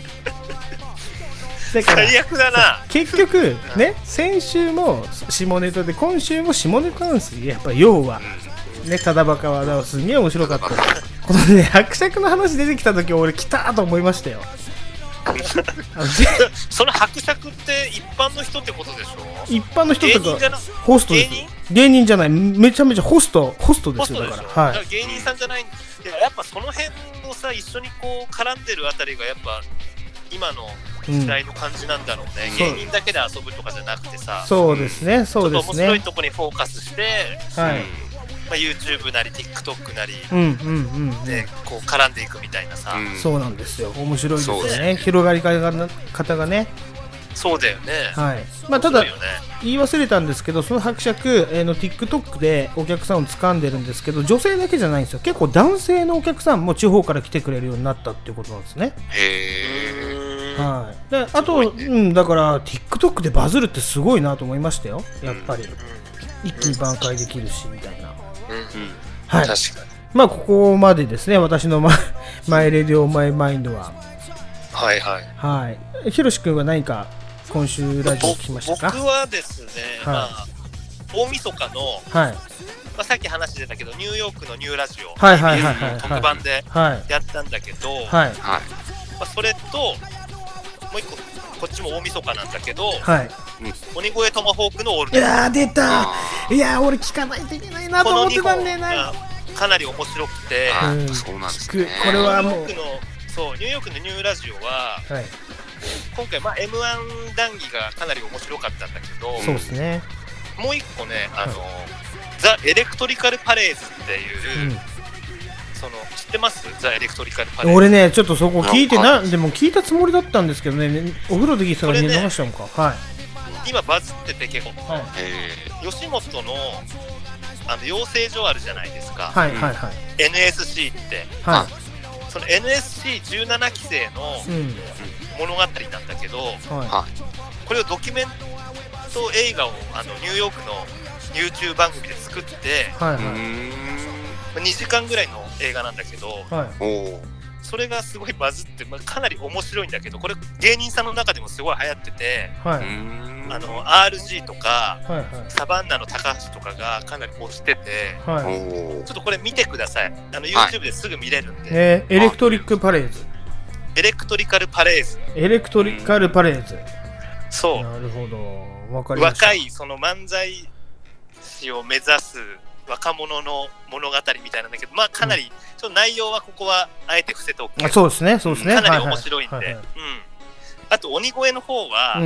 だから最悪だな。 結局ね、先週も下ネタで今週も下ネタなんですよ、やっぱ要は。ね、ただバカはすげえ面白かった。このね、伯爵の話出てきた時俺来たーと思いましたよ。 その伯爵って一般の人ってことでしょ？ 一般の人とかホストです。芸人じゃない、めちゃめちゃホストですよ。だから、はい、 芸人さんじゃない。やっぱその辺のさ、一緒にこう絡んでるあたりがやっぱ今の時代の感じなんだろうね。芸人だけで遊ぶとかじゃなくてさ、 そうですね、そうですね。 ちょっと面白いとこにフォーカスして、 はい、 まあ、YouTube なり TikTok なりでこう絡んでいくみたいなさ、 そうなんですよ。面白いですよね。広がり方がね。 そうだよね。 はい。まあ、ただ、言い忘れたんですけど、その伯爵、TikTok でお客さんを掴んでるんですけど、女性だけじゃないんですよ。結構男性のお客さんも地方から来てくれるようになったっていうことなんですね。はい。で、あと、だから TikTok でバズるってすごいなと思いましたよ。やっぱり。一気に挽回できるしみたいな。はい。確かに。まあここまでですね、私のマイレディオマイマインドは。 はいはい。 はい。ひろし君は何か今週ラジオ聞きましたか？ 僕はですね、 はい、 まあ大晦日の、 はい、 まあ、さっき話出たけどニューヨークのニューラジオ、 はいはいはいはい、 特番でやったんだけど、 はい、 まあ、それともう一個こっちも大晦日なんだけど、 はい、 鬼越トマホークのオールデイ。いやー出た。いやー俺聞かないといけないなと思ってたんだよな。 かなり面白くて、 そうなんですね。 これはもうニューヨークのニューラジオは、はい、今回まあ M1 談義がかなり面白かったんだけど、 そうですね。 もう一個ね、ザ・エレクトリカル・パレーズっていう、その知ってます？ザ・エレクトリカル・パレーズ。 俺ねちょっとそこ聞いてでも聞いたつもりだったんですけどね、お風呂で聞いてたら見逃したのか。はい。 今バズってて結構、吉本の養成所あるじゃないですか。 はいはいはい。 NSC って。はい。その NSC17 期生の物語なんだけど、これをドキュメント映画をニューヨークの YouTube 番組で作って、2時間ぐらいの映画なんだけど、それがすごいバズって、かなり面白いんだけど、これ芸人さんの中でもすごい流行ってて、RG とか、サバンナの高橋とかがかなり推してて、ちょっとこれ見てください。YouTube ですぐ見れるんで。 エレクトリックパレーズ。 エレクトリカルパレーズ。 エレクトリカルパレーズ。 そう。 なるほど。わかりました。 若いその漫才師を目指す若者の物語みたいなんだけど、まあかなり、ちょっと内容はここはあえて伏せておくけど、 そうですね、そうですね。 かなり面白いんで。あと鬼越の方は、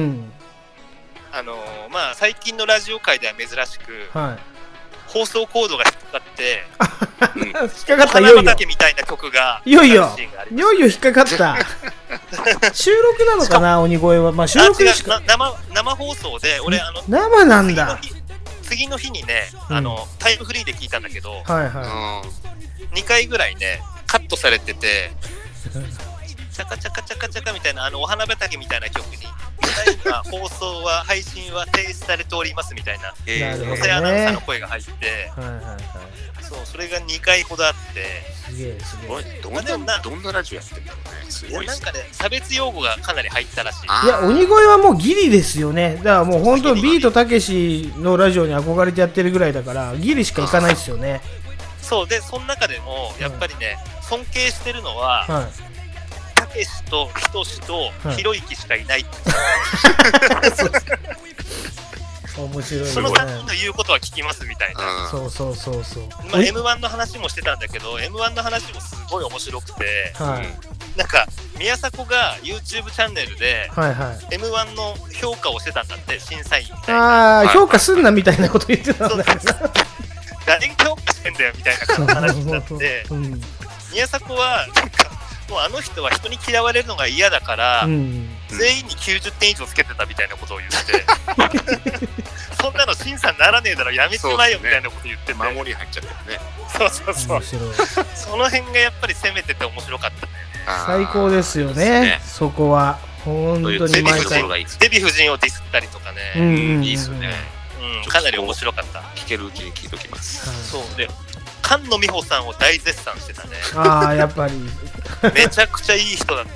まあ最近のラジオ界では珍しく、放送コードが引っかかって引っかかった。 花畑みたいな曲がいよいよ引っかかった。 収録なのかな、鬼越は。まあ収録しか。 生放送で、俺生なんだ。 次の日にね、タイムフリーで聞いたんだけど、 はいはい、2回ぐらいねカットされてて、チャカチャカチャカチャカみたいなお花畑みたいな曲に、今放送は配信は停止されておりますみたいな女性アナウンサーの声が入って、そうそれが2回ほどあって、 すげえすげえ。 どんなラジオやってんだろうね。すごいなんかね、差別用語がかなり入ったらしい。 いや、鬼越はもうギリですよね。だからもう本当ビートたけしのラジオに憧れてやってるぐらいだからギリしか行かないですよね。 そうで、その中でもやっぱりね、尊敬してるのは、たけしとひとしとひろゆきしかいないって。 面白いね。 その3人の言うことは聞きますみたいな。 そうそうそうそう。 まあ M1 の話もしてたんだけど、M1 の話もすごい面白くて、なんか宮迫が YouTube チャンネルで M1 の評価をしてたんだって、審査員みたいな。 ああ、評価すんなみたいなこと言ってたんだよな。 誰が評価してんだよみたいな話になって、宮迫はなんかもうあの人は人に嫌われるのが嫌だから、全員に90点以上つけてたみたいなことを言ってそんなの審査にならねえだろ、やめちまえよみたいなこと言ってて、 守り入っちゃってるね。 そうその辺がやっぱり攻めてて面白かったね。 最高ですよね、そこは本当に。 デヴィ夫人をディスったりとかね、 いいっすね。 かなり面白かった。 聞けるうちに聞いときます。 そうで、菅野美穂さんを大絶賛してたね。 ああ、やっぱりめちゃくちゃいい人だって。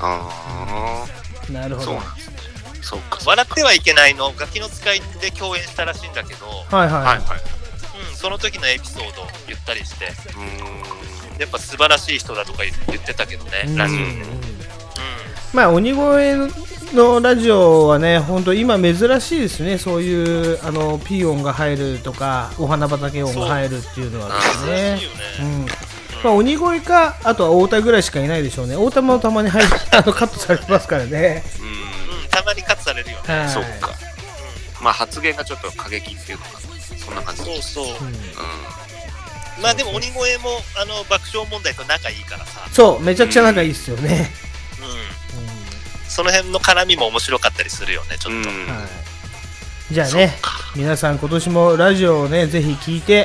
なるほど。 そうか。笑ってはいけないのガキの使いで共演したらしいんだけど、その時のエピソードを言ったりして、やっぱ素晴らしい人だとか言ってたけどね、ラジオで。 まあ鬼越のラジオはね、本当今珍しいですね。そういうピー音が入るとかお花畑音が入るっていうのはですね。まあ鬼越か、あとは太田ぐらいしかいないでしょうね。太田もたまに入るカットされてますからね。 たまにカットされるよね。 そうか。まあ発言がちょっと過激っていうのかな、そんな感じ。 そう。まあでも鬼越も爆笑問題と仲いいからさ。 そう、めちゃくちゃ仲いいですよね。 その辺の絡みも面白かったりするよね、ちょっと。 じゃあね、皆さん今年もラジオをね、ぜひ聞いて、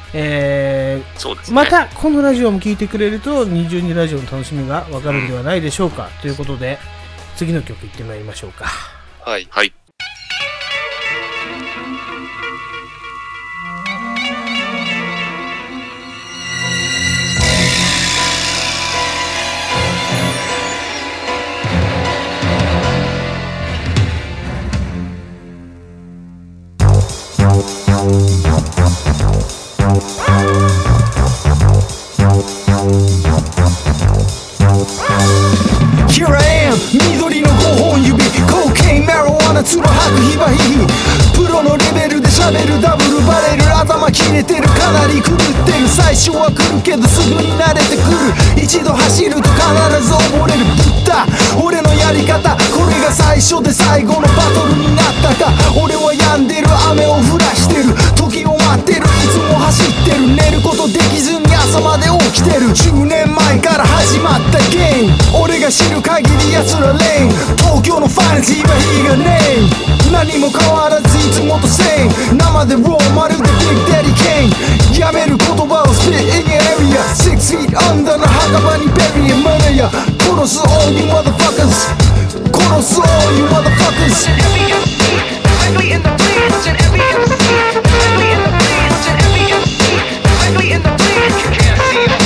またこのラジオも聞いてくれると22ラジオの楽しみが分かるんではないでしょうか。ということで次の曲いってまいりましょうか。 はい。 Here I am 緑の5本指コケインマロワナ唾吐くヒバヒヒプロのレベルで喋るダブルバレル頭切れてるかなり狂ってる最初は来るけどすぐに慣れてくる一度走ると必ず溺れるブッダ俺のやり方これが最初で最後のバトルになったか俺は病んでる雨を降らしてる時を待ってるいつも走ってる寝ることできずに朝まで起きてる10年前から始まったゲーム俺が知る限り奴らレイン東京のファイナルヒーバーヒーがネーム何も変わらずいつもとセイム生でローまるでビッグダディケインやめる言葉をスピッインエリア6 feet under の墓場にベリーマネや殺す all you motherfuckers 殺す all you motherfuckers Every MC directly in the bleach and every MC directly in the bleach and every MC directly in the bleach you can't see it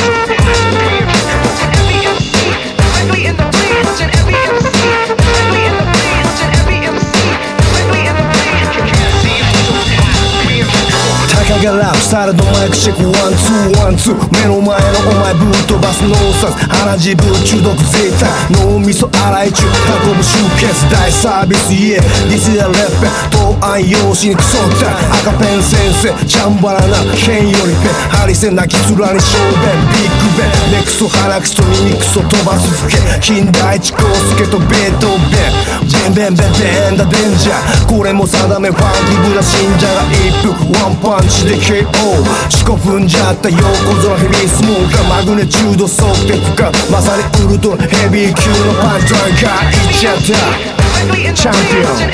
and every MC directly in the bleach and every MC directly in the bleach and every MC directly in the bleach you can't see it たかがラップサラドマイクチェックワンツーワンツー目の前のお前ぶっ飛ばすノーサス鼻血ぶ中毒絶対脳みそ洗い中運ぶ集結大サービスイエー This is a rap 答案用紙にクソった赤ペン先生チャンバラな剣よりペンハリセン泣き面に小便ビッグベン目クソ鼻くそ耳クソ飛ばすフケ金田一耕助とベートーベンベンベンベンベンだデンジャーこれも定めファンキーブラ信者が一服ワンパンチで KO 四股踏んじゃった横綱ヘビースモーカーマグネチュード測定不可まさにウルトラヘビー級のパントライカーいっちゃったチャンピオン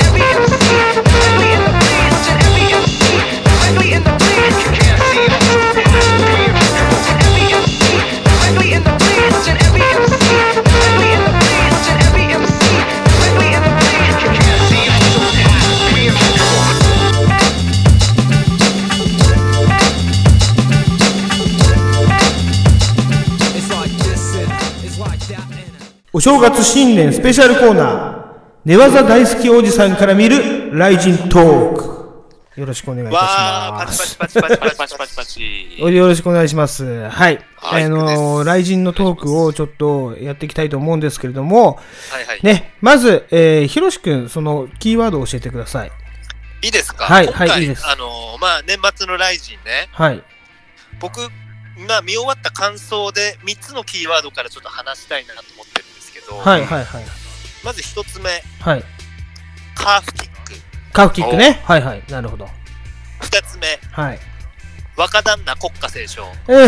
お正月新年スペシャルコーナー、寝技大好きおじさんから見る雷神トーク。よろしくお願いいたします。 パチパチパチパチパチパチ。 よろしくお願いします。はい。雷神のトークをちょっとやっていきたいと思うんですけれども、 はいはい。 ね、まず、ひろしくん、そのキーワードを教えてください。 いいですか？ はい、はい、いいです。 年末の雷神ね。 はい。 僕、見終わった感想で3つのキーワードからちょっと話したいなと思ってるんですけど、 はいはいはい。 まず1つ目、 はい。 カーフキック。 カーフキックね。はいはい。なるほど。 2つ目、 はい。 若旦那国家斉唱。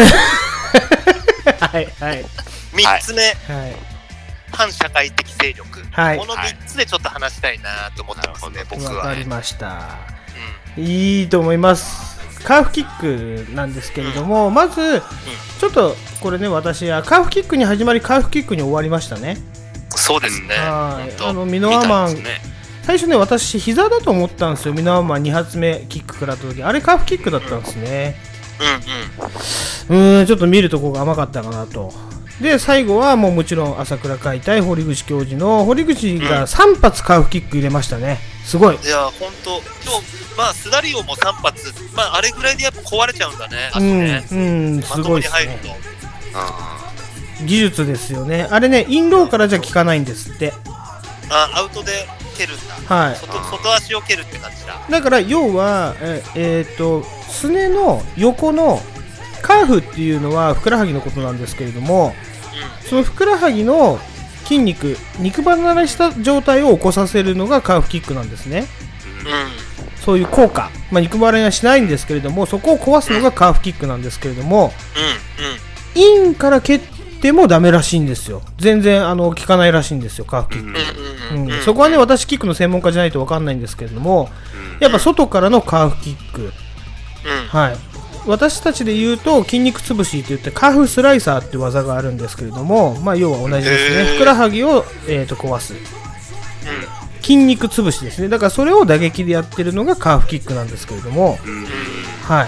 はいはい。 3つ目、 はい。 反社会的勢力。 はい。 この3つでちょっと話したいなと思ってますね、僕は。 わかりました。いいと思います。カーフキックなんですけれども、まず、ちょっとこれね、私はカーフキックに始まり、カーフキックに終わりましたね。 そうですね。 はい。ミノワマン、最初ね、私、膝だと思ったんですよ。ミノワマン2発目キック食らった時、あれカーフキックだったんですね。ちょっと見るとこが甘かったかなと。で、最後はもちろん朝倉海対堀口教授の、堀口が3発カーフキック入れましたね。すごい。 いや、ほんと、今日、スダリオも3発、あれぐらいでやっぱ壊れちゃうんだね、足ね。 すごいですね。技術ですよね。あれね、インローからじゃ効かないんですって。 アウトで蹴るんだ。 はい。 外足を蹴るって感じだ。 だから、要は、すねの横のカーフっていうのはふくらはぎのことなんですけれども、そのふくらはぎの筋肉離れした状態を起こさせるのがカーフキックなんですね。そういう効果、肉離れはしないんですけれども、そこを壊すのがカーフキックなんですけれども、インから蹴ってもダメらしいんですよ。全然効かないらしいんですよ、カーフキック。そこはね、私キックの専門家じゃないと分かんないんですけれども、やっぱ外からのカーフキック、はい。私たちで言うと筋肉潰しといってカーフスライサーっていう技があるんですけれども、要は同じですね。ふくらはぎを、壊す、筋肉潰しですね。だからそれを打撃でやってるのがカーフキックなんですけれども、はい。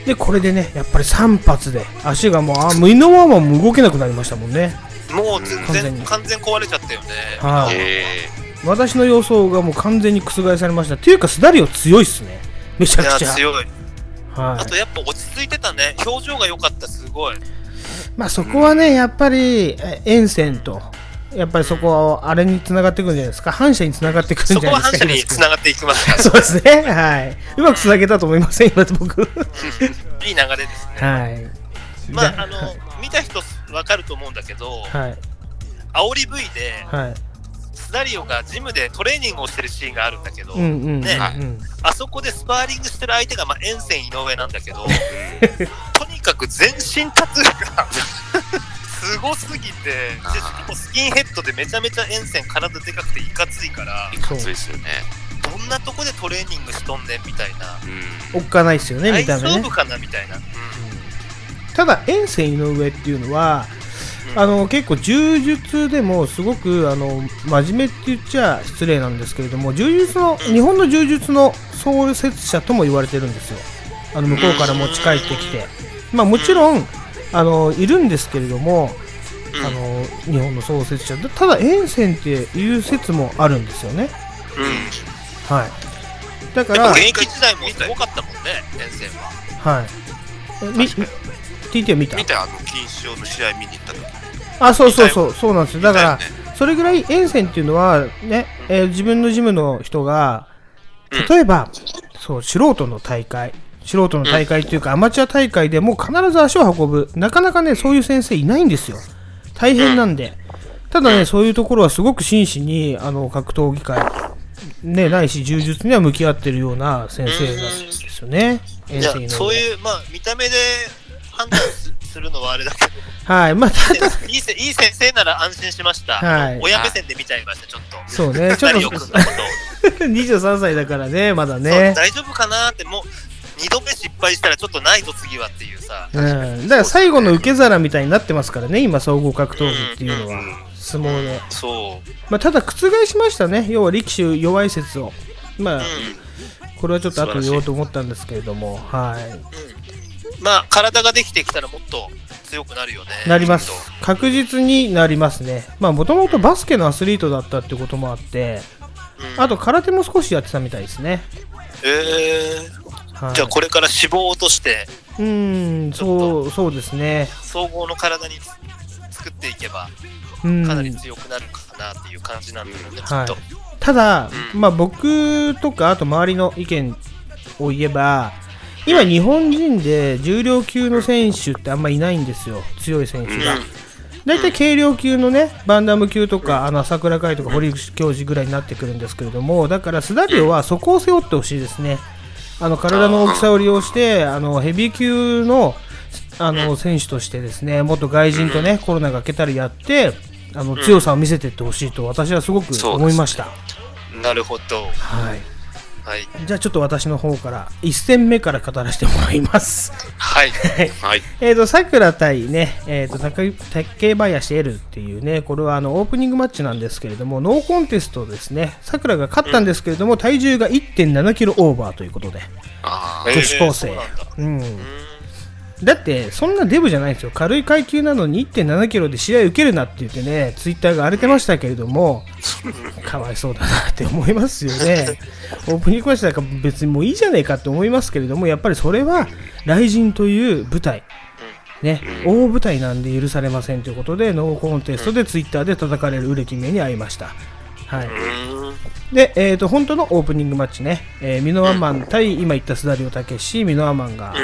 でこれでね、やっぱり3発で足がもうミノワマンも動けなくなりましたもんね。 もう完全壊れちゃったよね。 はい。私の予想がもう完全に覆されました。っていうかスダリオ強いっすね。めちゃくちゃ強い。あとやっぱ落ち着いてたね。表情が良かった。すごい。 そこはね、やっぱり沿線とやっぱりそこはあれに繋がっていくんじゃないですか。反射に繋がっていくんじゃないですか。 そこは反射に繋がっていきますから。 そうですね。はい。うまく繋げたと思いません今僕。 いい流れですね。 はい。 見た人わかると思うんだけど、 はい。 煽り V で。 はい。 スダリオがジムでトレーニングをしてるシーンがあるんだけど、あそこでスパーリングしてる相手が沿線井上なんだけど、とにかく全身タトゥーがすごすぎて、しかもスキンヘッドでめちゃめちゃ沿線体でかくていかついから、 いかついですよね。 どんなとこでトレーニングしとんねんみたいな、 おっかないですよね、見た目ね。 大丈夫かなみたいな。 ただ沿線井上っていうのは結構柔術でもすごく真面目って言っちゃ失礼なんですけれども、日本の柔術の創設者とも言われてるんですよ。向こうから持ち帰ってきて、もちろんいるんですけれども、日本の創設者ただ沿線っていう説もあるんですよね。はい。だから現役時代もすごかったもんね、沿線は。 はい。TT は見た？ 金賞の試合見に行った時。 そうなんですよ。だから、それぐらい沿線っていうのはね、自分のジムの人が例えば、素人の大会っていうかアマチュア大会でも必ず足を運ぶ、なかなかねそういう先生いないんですよ。大変なんで。ただね、そういうところはすごく真摯に格闘技界ねないし柔術には向き合ってるような先生なんですですよね。 いやそういうまあ見た目で判断するのはあれだけどはいまあただいい先生なら安心しました、はい、親目線で見ちゃいましたちょっとそうねちょっと23歳だからねまだね大丈夫かなってもう2度目失敗したらちょっとないぞ次はっていうさ、 だから最後の受け皿みたいになってますからね今総合格闘技っていうのは、相撲でそう、 まあ、ただ覆しましたね要は力士弱い説をまあ、これはちょっと後で言おうと思ったんですけれどもはい、 まあ体ができてきたらもっと強くなるよねなります確実になりますねまあもともとバスケのアスリートだったってこともあって、あと空手も少しやってたみたいですねはい、じゃあこれから脂肪を落としてそうですね総合の体に作っていけばかなり強くなるかなっていう感じなんだろうね、 はい、 きっとただ、まあ僕とかあと周りの意見を言えば今日本人で重量級の選手ってあんまいないんですよ強い選手が、だいたい軽量級のねバンダム級とか朝倉海とか堀口教授ぐらいになってくるんですけれどもだからスダリオはそこを背負ってほしいですね体の大きさを利用してヘビー級の選手としてですねもっと外人とねコロナが明けたりやって強さを見せていってほしいと私はすごく思いました、 なるほどはい、 はい、 じゃあちょっと私の方から1戦目から語らせてもらいますはいはいさくら対ね竹林 L っていうねこれはオープニングマッチなんですけれどもノーコンテストですねさくらが勝ったんですけれども、体重が 1.7 キロオーバーということで女子高生だってそんなデブじゃないんですよ軽い階級なのに 1.7 キロで試合受けるなって言ってねツイッターが荒れてましたけれどもかわいそうだなって思いますよねオープニングマッチだから別にもういいじゃねえかって思いますけれどもやっぱりそれは雷神という舞台ね大舞台なんで許されませんということでノーコンテストでツイッターで叩かれるウレキメに会いましたはいで本当のオープニングマッチねミノワンマン対今言ったスダリオタケシミノワンマンが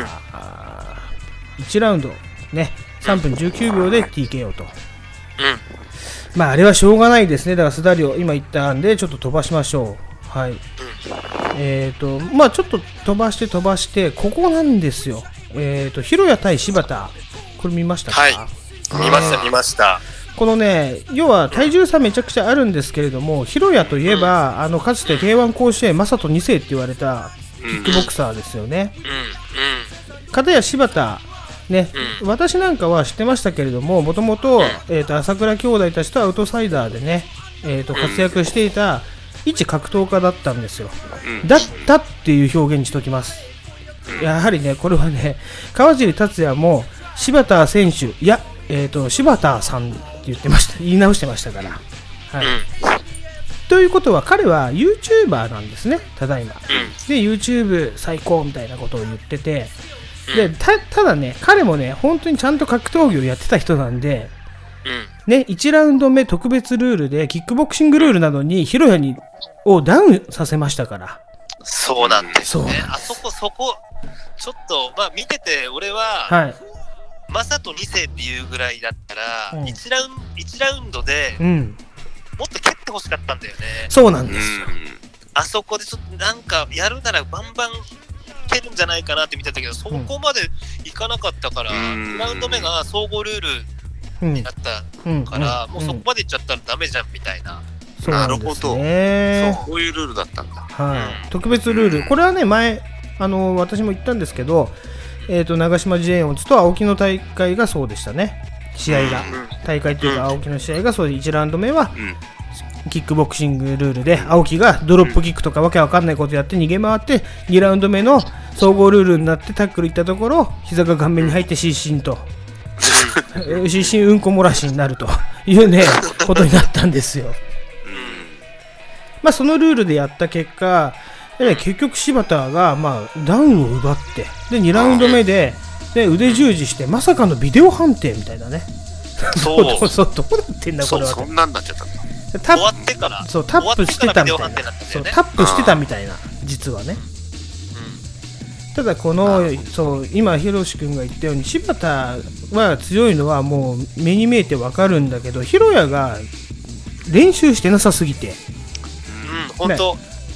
1ラウンドね3分19秒で TKO と、まああれはしょうがないですねだからスダリオ今言ったんでちょっと飛ばしましょうはいまあちょっと飛ばしてここなんですよヒロヤ対柴田これ見ましたか？ はい見ましたこのね要は体重差めちゃくちゃあるんですけれどもヒロヤといえばかつて K1 甲子園マサト2世って言われたキックボクサーですよね片や柴田ね私なんかは知ってましたけれどももともと朝倉兄弟たちとアウトサイダーでね活躍していた一格闘家だったんですよだったっていう表現にしときますやはりねこれはね川尻達也も柴田選手いや柴田さんって言い直してましたからはい、ということは彼は YouTuber なんですねただいまで YouTube 最高みたいなことを言っててで ただね彼もね本当にちゃんと格闘技をやってた人なんで、ね、1ラウンド目特別ルールでキックボクシングルールなのにヒロヤをダウンさせましたからそうなんですねそこちょっとまあ見てて俺は、はい、マサト2世っていうぐらいだったら、1ラウンドで、もっと蹴ってほしかったんだよねそうなんですよあそこでちょっとなんかやるならバンバン蹴るんじゃないかなって見てたけどそこまでいかなかったから、2ラウンド目が総合ルールになったから、もうそこまでいっちゃったらダメじゃんみたいな、 なるほどそういうルールだったんだ、 はい、特別ルールこれはね前私も言ったんですけど、長島ジェーンオンズと青木の大会がそうでしたね試合が、大会っていうか青木の試合がそうで1ラウンド目は、キックボクシングルールで青木がドロップキックとかわけわかんないことやって逃げ回って2ラウンド目の総合ルールになってタックルいったところ膝が顔面に入って失神と失神うんこ漏らしになるというねことになったんですよまあそのルールでやった結果で結局柴田がまあダウンを奪ってで2ラウンド目で腕十字してまさかのビデオ判定みたいなねそうどうなってんだこれはそんなんなっちゃったんだ終わってからそうタップしてたみたいな、そうタップしてたみたいな実はね、ただこのそう今ひろし君が言ったように柴田は強いのはもう目に見えてわかるんだけどヒロヤが練習してなさすぎて本当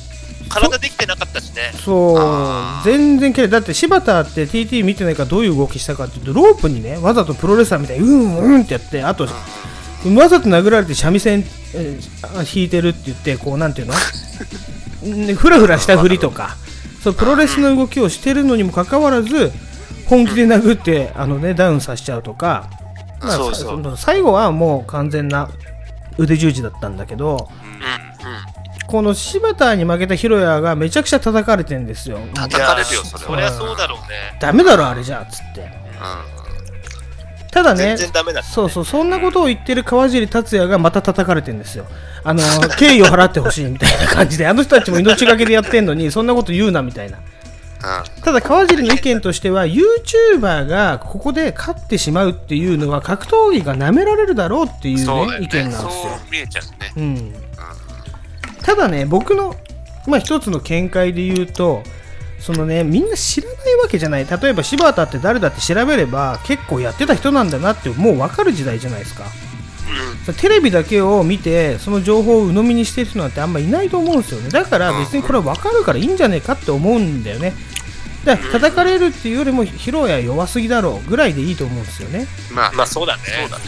体できてなかったしね。 そう全然綺麗だって柴田って TT 見てないからどういう動きしたかっていうとロープにねわざとプロレスラーみたいにうんってやってあとわざと殴られて三味線、弾いてるって言ってこうなんていうのフラフラした振りとかそうプロレスの動きをしてるのにもかかわらず本気で殴ってダウンさせちゃうとか、まあ、そう最後はもう完全な腕十字だったんだけど、この柴田に負けたヒロヤがめちゃくちゃ叩かれてるんですよ。 叩かれるよそりゃそうだろうね。 ダメだろあれじゃあっつって、ただね、そうそんなことを言ってる川尻達也がまた叩かれてるんですよ。敬意を払ってほしいみたいな感じで、あの人たちも命がけでやってんのにそんなこと言うなみたいな。ただ川尻の意見としては YouTuber がここで勝ってしまうっていうのは格闘技が舐められるだろうっていうね、意見なんですよ。 そう見えちゃうね。 ただね、僕の一つの見解で言うと、そのね、みんな知らないわけじゃない。例えば柴田って誰だって調べれば結構やってた人なんだなってもう分かる時代じゃないですか。テレビだけを見てその情報を鵜呑みにしてる人なんてあんまいないと思うんですよね。だから別にこれは分かるからいいんじゃねえかって思うんだよね。だから叩かれるっていうよりもヒロヤ弱すぎだろうぐらいでいいと思うんですよね。 まあそうだね。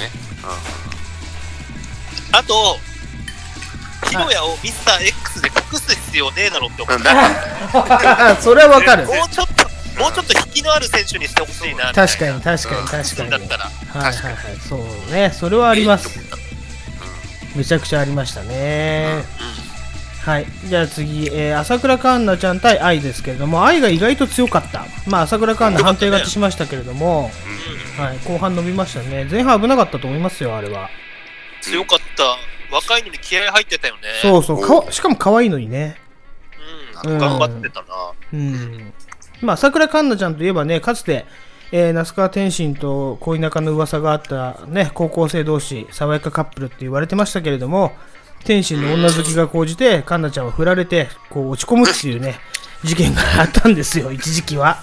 あとヒロヤをミスター X で隠す必要ねえだろって思った。 それは分かる。 もうちょっと引きのある選手にしてほしいな。 確かにだったら。はいそうね、それはあります。めちゃくちゃありましたね。はい、じゃあ次、朝倉環奈ちゃん対愛ですけれども、愛が意外と強かった。朝倉環奈判定勝ちしましたけれども、はい、後半伸びましたね。前半危なかったと思いますよ、あれは。 強かった。若いのに気合入ってたよね。 そうしかも可愛いのにね。 頑張ってたな。 朝倉環奈ちゃんといえばね、かつて、那須川天心と恋仲の噂があったね、高校生同士爽やかカップルって言われてましたけれども、天心の女好きが高じて環奈ちゃんは振られてこう落ち込むっていうね事件があったんですよ、一時期は。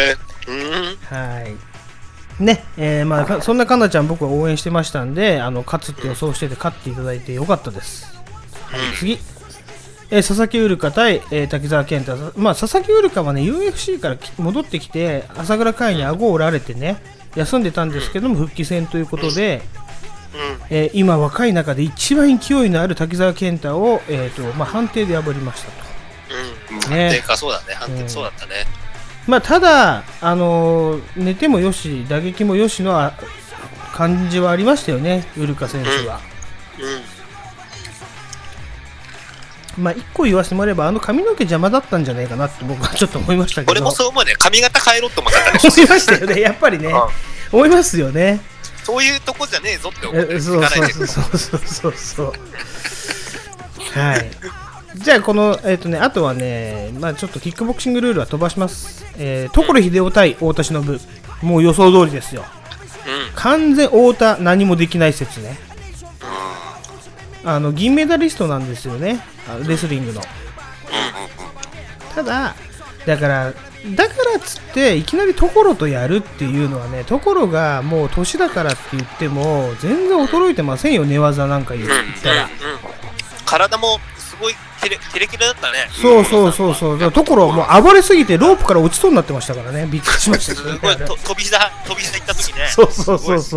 はいね、そんな環奈ちゃん僕は応援してましたんで、勝つって予想してて勝っていただいてよかったです。次、佐々木ウルカ対、滝沢健太。佐々木ウルカはね UFC から戻ってきて朝倉海に顎を折られてね休んでたんですけども復帰戦ということで、今若い中で一番勢いのある滝沢健太を、判定で破りましたと。 判定か、そうだね、判定そうだったね。 ただ寝てもよし打撃もよしの感じはありましたよね、ウルカ選手は。一個言わせてもらえば髪の毛邪魔だったんじゃないかなって僕はちょっと思いましたけど。 俺もそう思うね。髪型変えろって思ったから思いましたよね、やっぱりね、思いますよね。 そういうとこじゃねえぞって思って。 そうはい。じゃあこのあとはね、ちょっとキックボクシングルールは飛ばします。所秀夫対太田忍、もう予想通りですよ。完全太田何もできない説ね。銀メダリストなんですよね、レスリングの。ただだからっつっていきなり所とやるっていうのはね、所がもう年だからって言っても全然衰えてませんよ、寝技なんか言ったら。 体もすごいキレキレだったね。 そう所はもう暴れすぎてロープから落ちそうになってましたからね、びっくりしましたけどね。 すごい飛び膝行った時ね。 そうス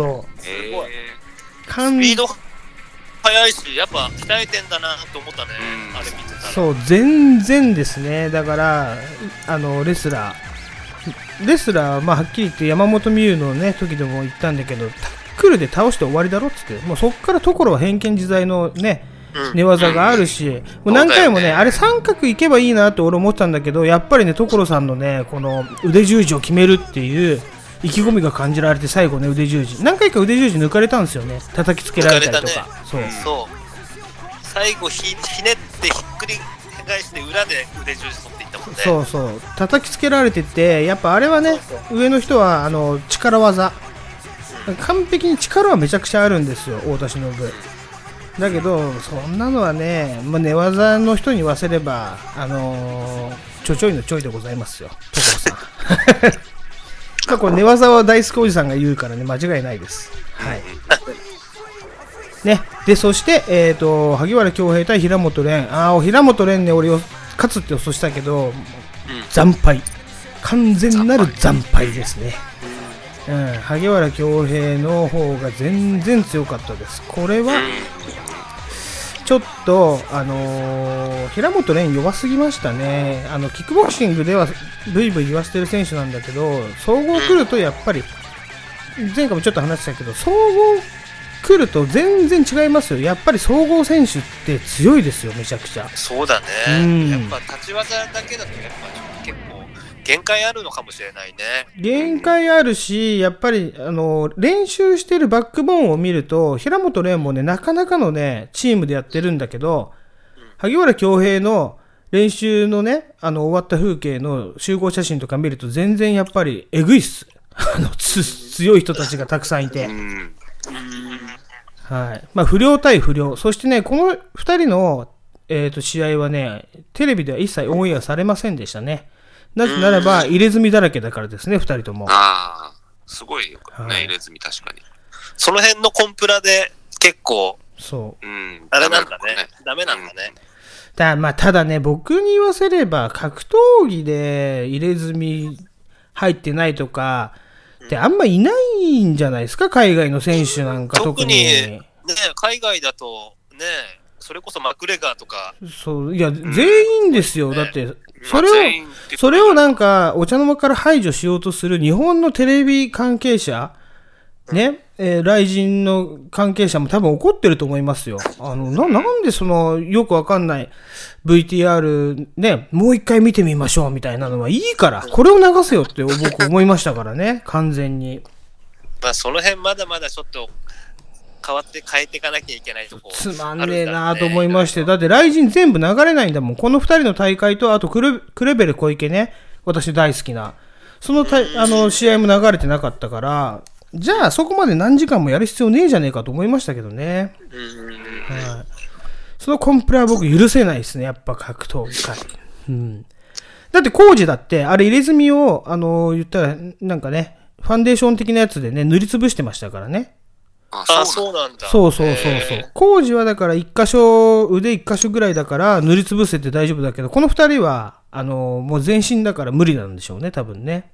ピード速いし、やっぱ鍛えてんだなと思ったね、あれ見てたら。 そう全然ですね。だからレスラーはっきり言って山本美優のね時でも言ったんだけど、タックルで倒して終わりだろっつって、もうそっから所は偏見自在のね寝技があるし、もう何回もねあれ三角いけばいいなって俺思ったんだけど、やっぱりね所さんのねこの腕十字を決めるっていう意気込みが感じられて、最後ね腕十字何回か腕十字抜かれたんですよね、叩きつけられたりとか。そう最後ひねってひっくり返して裏で腕十字取っていったもんね。 そう叩きつけられてて、やっぱあれはね上の人は力技完璧に力はめちゃくちゃあるんですよ、太田忍。だけどそんなのはね、寝技の人に言わせればちょいのちょいでございますよ、所さん。これ寝技は大輔おじさんが言うからね、間違いないです。はいね、でそして、萩原恭平対平本蓮。平本蓮ね、俺勝つって予想したけど、惨敗、完全なる惨敗ですね。萩原恭平の方が全然強かったです。これはちょっと平本蓮弱すぎましたね。キックボクシングではブイブイ言わせてる選手なんだけど、総合来るとやっぱり前回もちょっと話したけど、総合来ると全然違いますよ。やっぱり総合選手って強いですよ、めちゃくちゃ。 そうだね、やっぱ立ち技だけだとやっぱ結構限界あるのかもしれないね。 限界あるし、やっぱり練習してるバックボーンを見ると、平本蓮もね、なかなかのねチームでやってるんだけど、萩原恭平の練習のね終わった風景の集合写真とか見ると全然やっぱりえぐいっす。強い人たちがたくさんいて、はい、まあ不良対不良、そしてねこの2人の試合はねテレビでは一切オンエアされませんでしたね。なぜならば入れ墨だらけだからですね、2人とも。 ああ、すごいよね、入れ墨確かに。 その辺のコンプラで結構、 そう、 あれなんだね、ダメなんだね。 ただね、僕に言わせれば格闘技で入れ墨入ってないとかってあんまいないんじゃないですか、海外の選手なんか特に。 ね、海外だとね、それこそマクレガーとか。 そう、いや、全員ですよ。だって、それをなんか、お茶の間から排除しようとする日本のテレビ関係者、ね、雷神の関係者も多分怒ってると思いますよ。なんでその、よくわかんない VTR ね、もう一回見てみましょうみたいなのはいいから、これを流せよって僕思いましたからね、完全に。 まあ、その辺まだまだちょっと、変えていかなきゃいけないとこつまんねえなと思いまして、だって雷神全部流れないんだもん。この2人の大会と、あとクレベル小池ね、私大好きな、その試合も流れてなかったから、じゃあそこまで何時間もやる必要ねえじゃねえかと思いましたけどね。はい、そのコンプラは僕許せないですね、やっぱ格闘技界。だって工事だってあれ入れ墨を言ったらなんかね、ファンデーション的なやつでね塗りつぶしてましたからね。 そうなんだ。 そう。工事はだから一箇所、腕一箇所ぐらいだから塗りつぶせて大丈夫だけど、この二人はもう全身だから無理なんでしょうね、多分ね。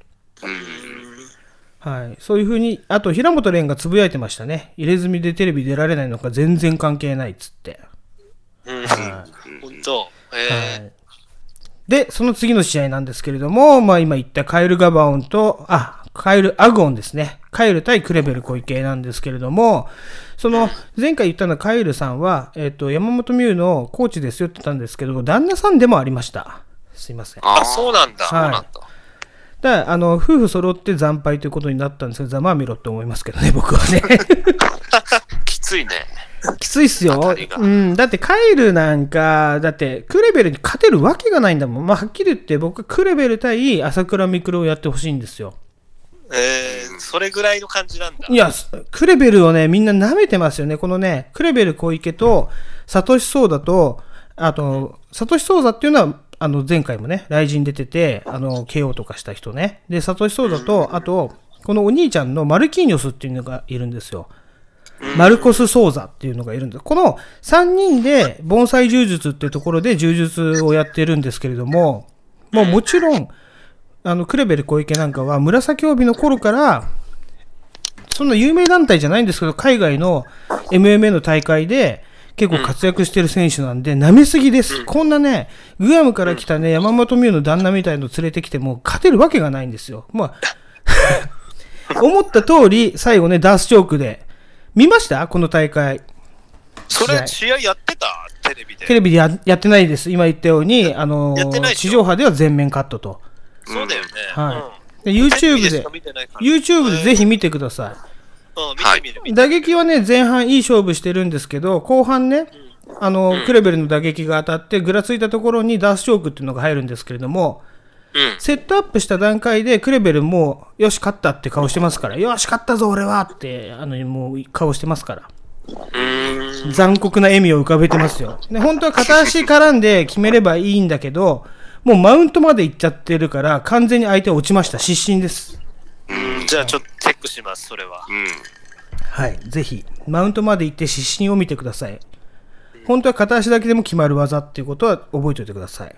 はい、そういう風に、あと平本蓮がつぶやいてましたね。入れ墨でテレビ出られないのか全然関係ないっつって。 本当。 で、その次の試合なんですけれども、まあ今言ったカイル・ガバオンと、カイル・アグオンですね。カイル対クレベル小池なんですけれども、その前回言ったのはカイルさんは、山本美宇のコーチですよって言ったんですけど、旦那さんでもありました。すいません。 そうなんだ。 はい。だから夫婦揃って惨敗ということになったんですけど、ざまあみろって思いますけどね、僕はね。 きついね。 きついっすよ。だってカイルなんか、だってクレベルに勝てるわけがないんだもん。まあはっきり言って僕はクレベル対朝倉未来をやってほしいんですよ。 それぐらいの感じなんだ。 いや、クレベルをね、みんな舐めてますよね。このね、クレベル小池と、サトシソウダと、あと、サトシソウダっていうのは、前回もね、雷神出てて、KO とかした人ね。で、サトシソウダと、あと、このお兄ちゃんのマルキーニョスっていうのがいるんですよ。マルコス・ソウザっていうのがいるんです。この3人で、盆栽柔術っていうところで柔術をやってるんですけれども、もちろん、クレベル小池なんかは紫帯の頃からそんな有名団体じゃないんですけど、海外の MMA の大会で結構活躍してる選手なんで、舐めすぎです。こんなね、グアムから来たね、山本美宇の旦那みたいの連れてきても勝てるわけがないんですよ。まあ思った通り最後ね、ダースチョークで見ました？この大会。 それ試合やってた？テレビで。 テレビで やってないです。今言ったように地上波では全面カットと。 そうだよね。 はい。で YouTube でぜひ見てください。打撃はね、前半いい勝負してるんですけど、後半ね、クレベルの打撃が当たってぐらついたところにダースチョークっていうのが入るんですけれども、セットアップした段階でクレベルもよし勝ったって顔してますから、よし勝ったぞ俺はってもう顔してますから。残酷な笑みを浮かべてますよ。で本当は片足絡んで決めればいいんだけど、もうマウントまで行っちゃってるから完全に相手落ちました。失神です。 じゃあちょっとチェックします、それは。 はい、ぜひマウントまで行って失神を見てください。本当は片足だけでも決まる技っていうことは覚えておいてください。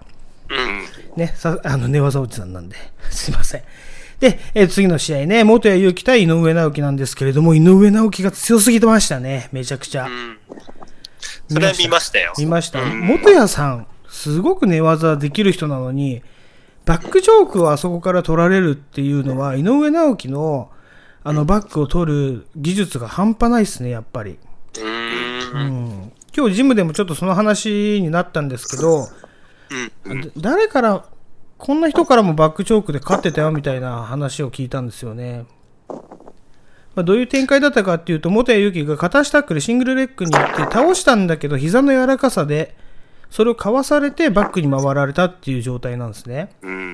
ね、寝技おじさんなんで。すいません。で、次の試合ね、元谷祐希対井上直樹なんですけれども、井上直樹が強すぎてましたね、めちゃくちゃ。 それは見ましたよ。 見ました。元谷さん、すごく寝技できる人なのに、バックジョークをあそこから取られるっていうのは、井上直樹のバックを取る技術が半端ないですね、やっぱり。今日ジムでもちょっとその話になったんですけど、誰から、こんな人からもバックチョークで勝ってたよみたいな話を聞いたんですよね。どういう展開だったかっていうと、元谷祐希が片足タックルシングルレッグに行って倒したんだけど、膝の柔らかさでそれをかわされてバックに回られたっていう状態なんですね。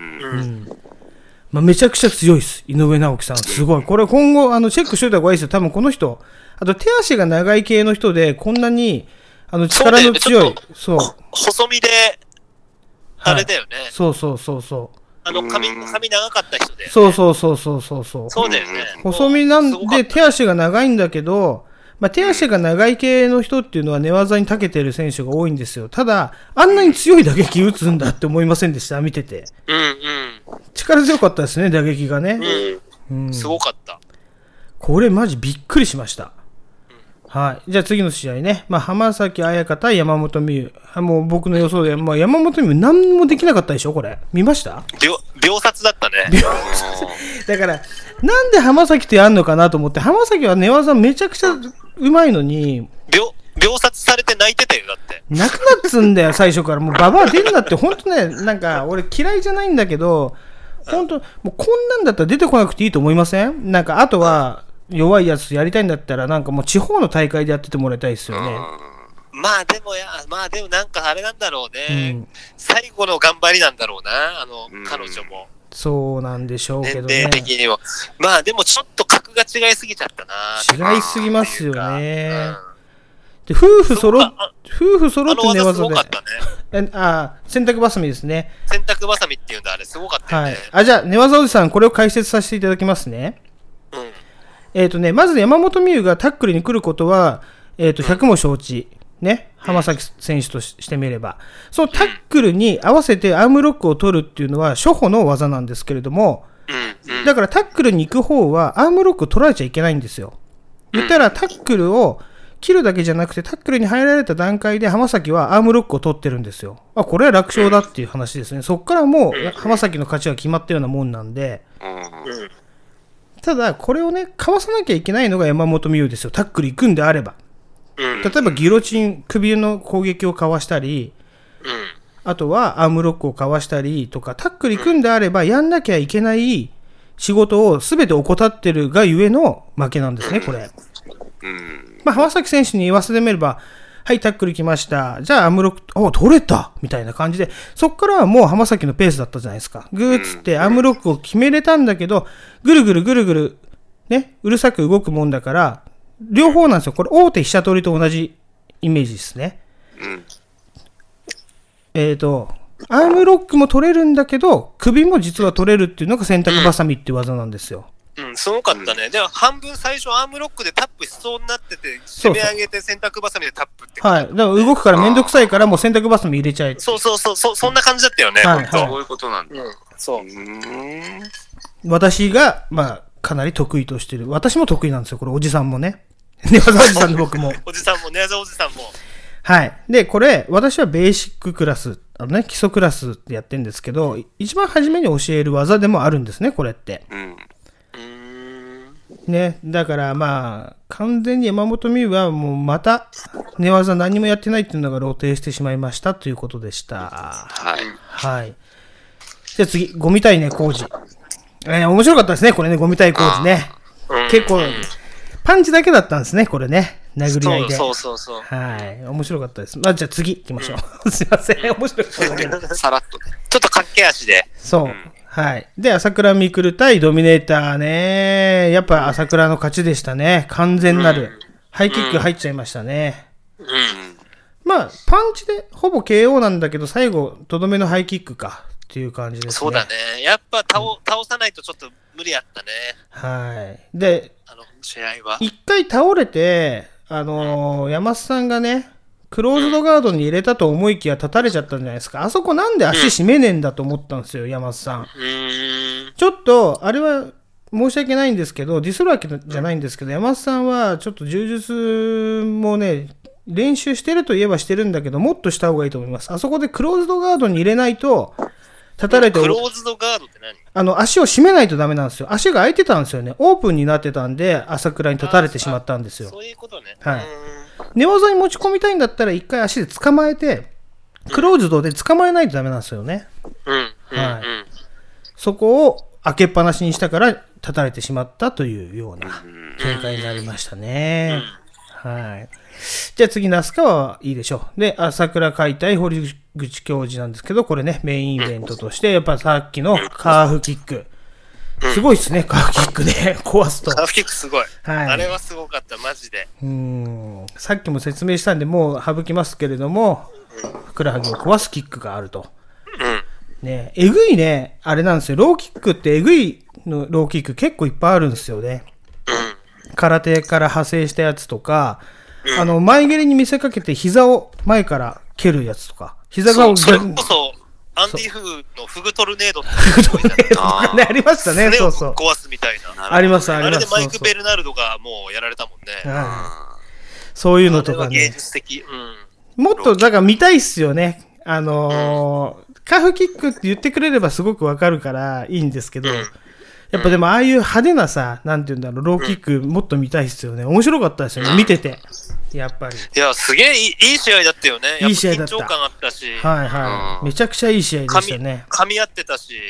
めちゃくちゃ強いです、井上直樹さん。すごい。これ今後チェックしといた方がいいですよ。多分この人、あと手足が長い系の人でこんなに力の強い、 そう、細身であれだよね。 そう。 髪長かった人で。 そう。 そうだよね。 細身なんで手足が長いんだけど、手足が長い系の人っていうのは寝技に長けてる選手が多いんですよ。ただ、あんなに強い打撃打つんだって思いませんでした、見てて。力強かったですね、打撃がね。 すごかった。 これマジびっくりしました。はい。じゃあ次の試合ね。浜崎彩香対山本美優。もう僕の予想で、山本美優何もできなかったでしょこれ。見ました？ 秒殺だったね。 だから、なんで浜崎とやんのかなと思って、浜崎は寝技めちゃくちゃうまいのに、 秒殺されて泣いてたよ、だって。 泣くなっつんだよ、最初から。もうババア出るなって、ほんとね、なんか俺嫌いじゃないんだけど、ほんと、もうこんなんだったら出てこなくていいと思いません？なんか、あとは、弱いやつやりたいんだったら、なんかもう地方の大会でやっててもらいたいですよね。 でもなんかあれなんだろうね。最後の頑張りなんだろうな、彼女も。 そうなんでしょうけどね。 年齢的にも。でもちょっと格が違いすぎちゃったな。 違いすぎますよね。で、夫婦揃って寝技で。洗濯バサミですね。 洗濯バサミっていうんだ、あれすごかったよね。 はい。じゃあ、寝技おじさん、これを解説させていただきますね。まず山本美優がタックルに来ることは、100も承知。ね。浜崎選手としてみれば。そのタックルに合わせてアームロックを取るっていうのは初歩の技なんですけれども、だからタックルに行く方はアームロックを取られちゃいけないんですよ。言ったらタックルを切るだけじゃなくてタックルに入られた段階で浜崎はアームロックを取ってるんですよ。これは楽勝だっていう話ですね。そっからもう浜崎の勝ちは決まったようなもんなんで、ただこれをねかわさなきゃいけないのが山本美優ですよ。タックル行くんであれば、例えばギロチン首の攻撃をかわしたり、あとはアームロックをかわしたりとか、タックル行くんであればやんなきゃいけない仕事を全て怠ってるがゆえの負けなんですね、これ。浜崎選手に言わせてみれば、はい、タックル来ました。じゃあアームロック、取れたみたいな感じで、そっからはもう浜崎のペースだったじゃないですか。グーッつってアームロックを決めれたんだけど、ぐるぐるね、うるさく動くもんだから、両方なんですよ。これ大手飛車取りと同じイメージですね。アームロックも取れるんだけど、首も実は取れるっていうのが洗濯バサミっていう技なんですよ。 すごかったね。でも半分最初アームロックでタップしそうになってて、締め上げて洗濯バサミでタップって。 はい。だから動くからめんどくさいからもう洗濯バサミ入れちゃえ。 そう、そんな感じだったよね。 そういうことなんだ。 そう。 私が、かなり得意としてる。私も得意なんですよ。これおじさんもね。寝技おじさんの僕も。 おじさんも、寝技おじさんも。 はい。で、これ、私はベーシッククラス、基礎クラスってやってるんですけど、一番初めに教える技でもあるんですね、これって。ね。だから完全に山本美優はもうまた寝技何もやってないっていうのが露呈してしまいましたということでした。はい。じゃあ次、ゴミ対ね、コージ。面白かったですね、これね、ゴミ対コージね。結構、パンチだけだったんですね、これね。殴り合いで。 そう。 はい。面白かったです。じゃあ次行きましょう。すいません。面白かっただけど。 さらっとね。ちょっと駆け足で。 そう。はい。で、朝倉未来対ドミネーターね。やっぱ朝倉の勝ちでしたね。完全なる。ハイキック入っちゃいましたね。パンチでほぼ KO なんだけど、最後、とどめのハイキックかっていう感じですね。 そうだね。やっぱ倒さないとちょっと無理やったね。 はい。で、 試合は。 一回倒れて、山須さんがね、 クローズドガードに入れたと思いきや立たれちゃったんじゃないですか。あそこなんで足締めねえんだと思ったんですよ、山津さん。ちょっと、あれは申し訳ないんですけど、ディスるわけじゃないんですけど、山津さんはちょっと柔術もね、練習してるといえばしてるんだけど、もっとした方がいいと思います。あそこでクローズドガードに入れないと、立たれて、 クローズドガードって何？ 足を締めないとダメなんですよ。足が開いてたんですよね。オープンになってたんで、朝倉に立たれてしまったんですよ。 そういうことね。 はい。寝技に持ち込みたいんだったら、一回足で捕まえて、クローズドで捕まえないとダメなんですよね。はい。そこを開けっぱなしにしたから立たれてしまったというような展開になりましたね。はい。じゃあ次、那須川はいいでしょう。で、朝倉解体堀口教授なんですけど、これね、メインイベントとして、やっぱさっきのカーフキック。すごいっすね、カーフキックね。壊すと。 カーフキックすごい。 はい。 あれはすごかった、マジで。 さっきも説明したんで、もう省きますけれども、ふくらはぎを壊すキックがあると。ね、えぐいね、あれなんですよ。ローキックってえぐいのローキック結構いっぱいあるんですよね。空手から派生したやつとか、前蹴りに見せかけて膝を前から蹴るやつとか。膝がそれこそ、アンディ・フグのフグトルネードってとかね、ありましたね、そうそう。 壊すみたいな。 あります、あります。 あれでマイク・ベルナルドがもうやられたもんね。 そういうのとかね。 芸術的。 もっと、だから見たいっすよね。カフキックって言ってくれればすごくわかるからいいんですけど、やっぱでもああいう派手なさ、なんていうんだろう、ローキックもっと見たいっすよね。面白かったですよね、見てて。やっぱり。 いや、すげえいい試合だったよね。 いい試合だった。 緊張感あったし。 はいはい。めちゃくちゃいい試合でしたね。 噛み合ってたし。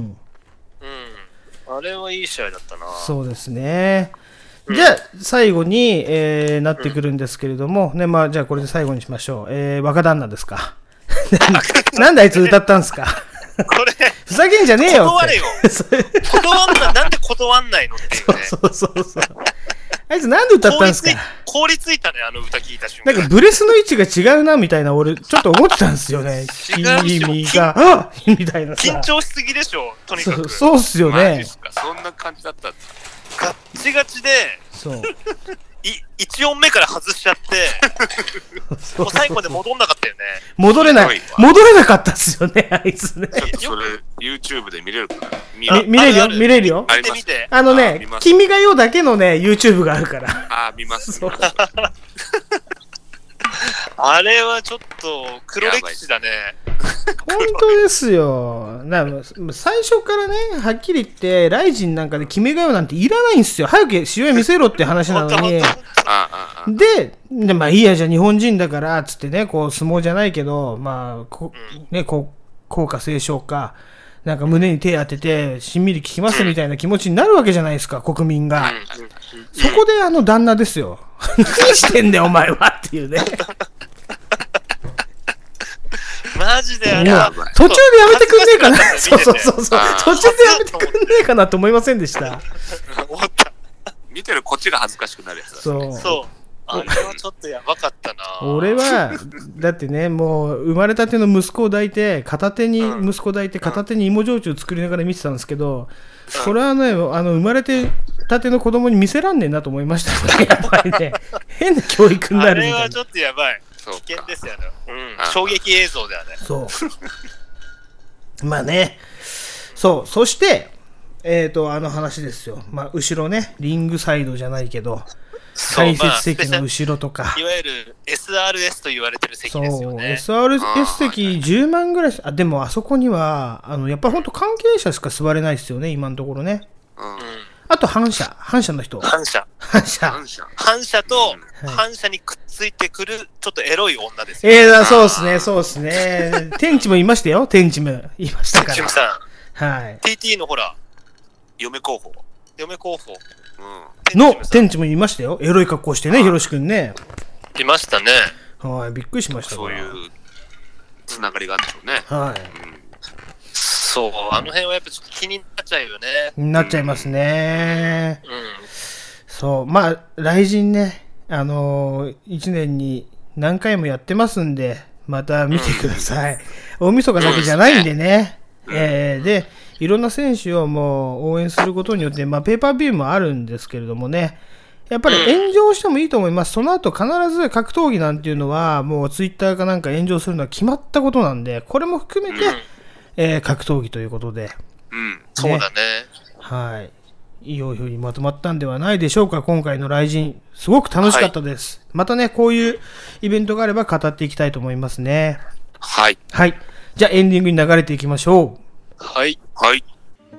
あれはいい試合だったな。 そうですね。じゃあ、最後に、なってくるんですけれども、ね、まあ、じゃあこれで最後にしましょう。若旦那ですか。なんであいつ歌ったんすか。 これ、 ふざけんじゃねえよ断れよ。なんで断んないのっていうね。 そう。あいつなんで歌ったんすか。 凍りついたね、あの歌聞いた瞬間。 なんかブレスの位置が違うな、みたいな、俺、ちょっと思ってたんですよね。君が、みたいなさ。 緊張しすぎでしょ、とにかく。 そうっすよね。 そんな感じだったんだ。 ガッチガチで、 そう。 1音目から外しちゃって、もう最後まで戻んなかったよね。 戻れなかったっすよね、あいつね。 それ、YouTube で見れるかな。 見れるよ。 見て。 君が代だけのね、YouTube があるから。 見ます。 あれはちょっと黒歴史だね。 本当ですよ。最初からね、はっきり言って、ライジンなんかで君が代なんていらないんですよ。早く試合見せろって話なのに。で、まあいいや、じゃあ日本人だから、つってね、こう相撲じゃないけど、まあ、ね、こう、効果斉唱か、なんか胸に手当てて、しんみり聞きますみたいな気持ちになるわけじゃないですか、国民が。そこで旦那ですよ。何してんだよ、お前はっていうね。 マジで途中でやめてくんねえかな。そう。途中でやめてくんねえかなと思いませんでした。 見てるこっちが恥ずかしくなるやつだ。 そう。あれはちょっとやばかったな。 俺は、だってね、もう、生まれたての息子を抱いて、片手に息子を抱いて、片手に芋焼酎作りながら見てたんですけど、これはね、生まれたての子供に見せらんねえなと思いましたね、やっぱりね。変な教育になるみたいな。 あれはちょっとやばい。危険ですよね。衝撃映像だよね。 そう。まあね。そして、話ですよ。まあ、後ろね、リングサイドじゃないけど、解説席の後ろとか。 いわゆる SRS と言われてる席ですよね。 そう、SRS 席10万ぐらい。でもあそこには、やっぱり本当関係者しか座れないですよね、今のところね。あと反社の人。 反社と、反社にくっついてくる、ちょっとエロい女ですよ。そうですね。天地もいましたよ、天地もいましたから。 天地さん。はい。 TT のほら、嫁候補。 天地もいましたよ。エロい格好してね、ひろしくんね。 いましたね。 はい、びっくりしました。 そういうつながりがあるんでしょうね。 はい。 そう、あの辺はやっぱちょっと気になっちゃうよね。 なっちゃいますね。そう、まあ、雷神ね、1年に何回もやってますんで、また見てください。大晦日だけじゃないんでね。で、いろんな選手をもう応援することによって、まあ、ペーパービューもあるんですけれどもね、 やっぱり炎上してもいいと思います。その後必ず格闘技なんていうのはもうツイッターかなんか炎上するのは決まったことなんで、これも含めて、格闘技ということで、 そうだね。 はい。いいようにまとまったんではないでしょうか。今回の雷神すごく楽しかったです。またね、こういうイベントがあれば語っていきたいと思いますね。 はい。 はい。じゃあエンディングに流れていきましょう。 はい。 はい。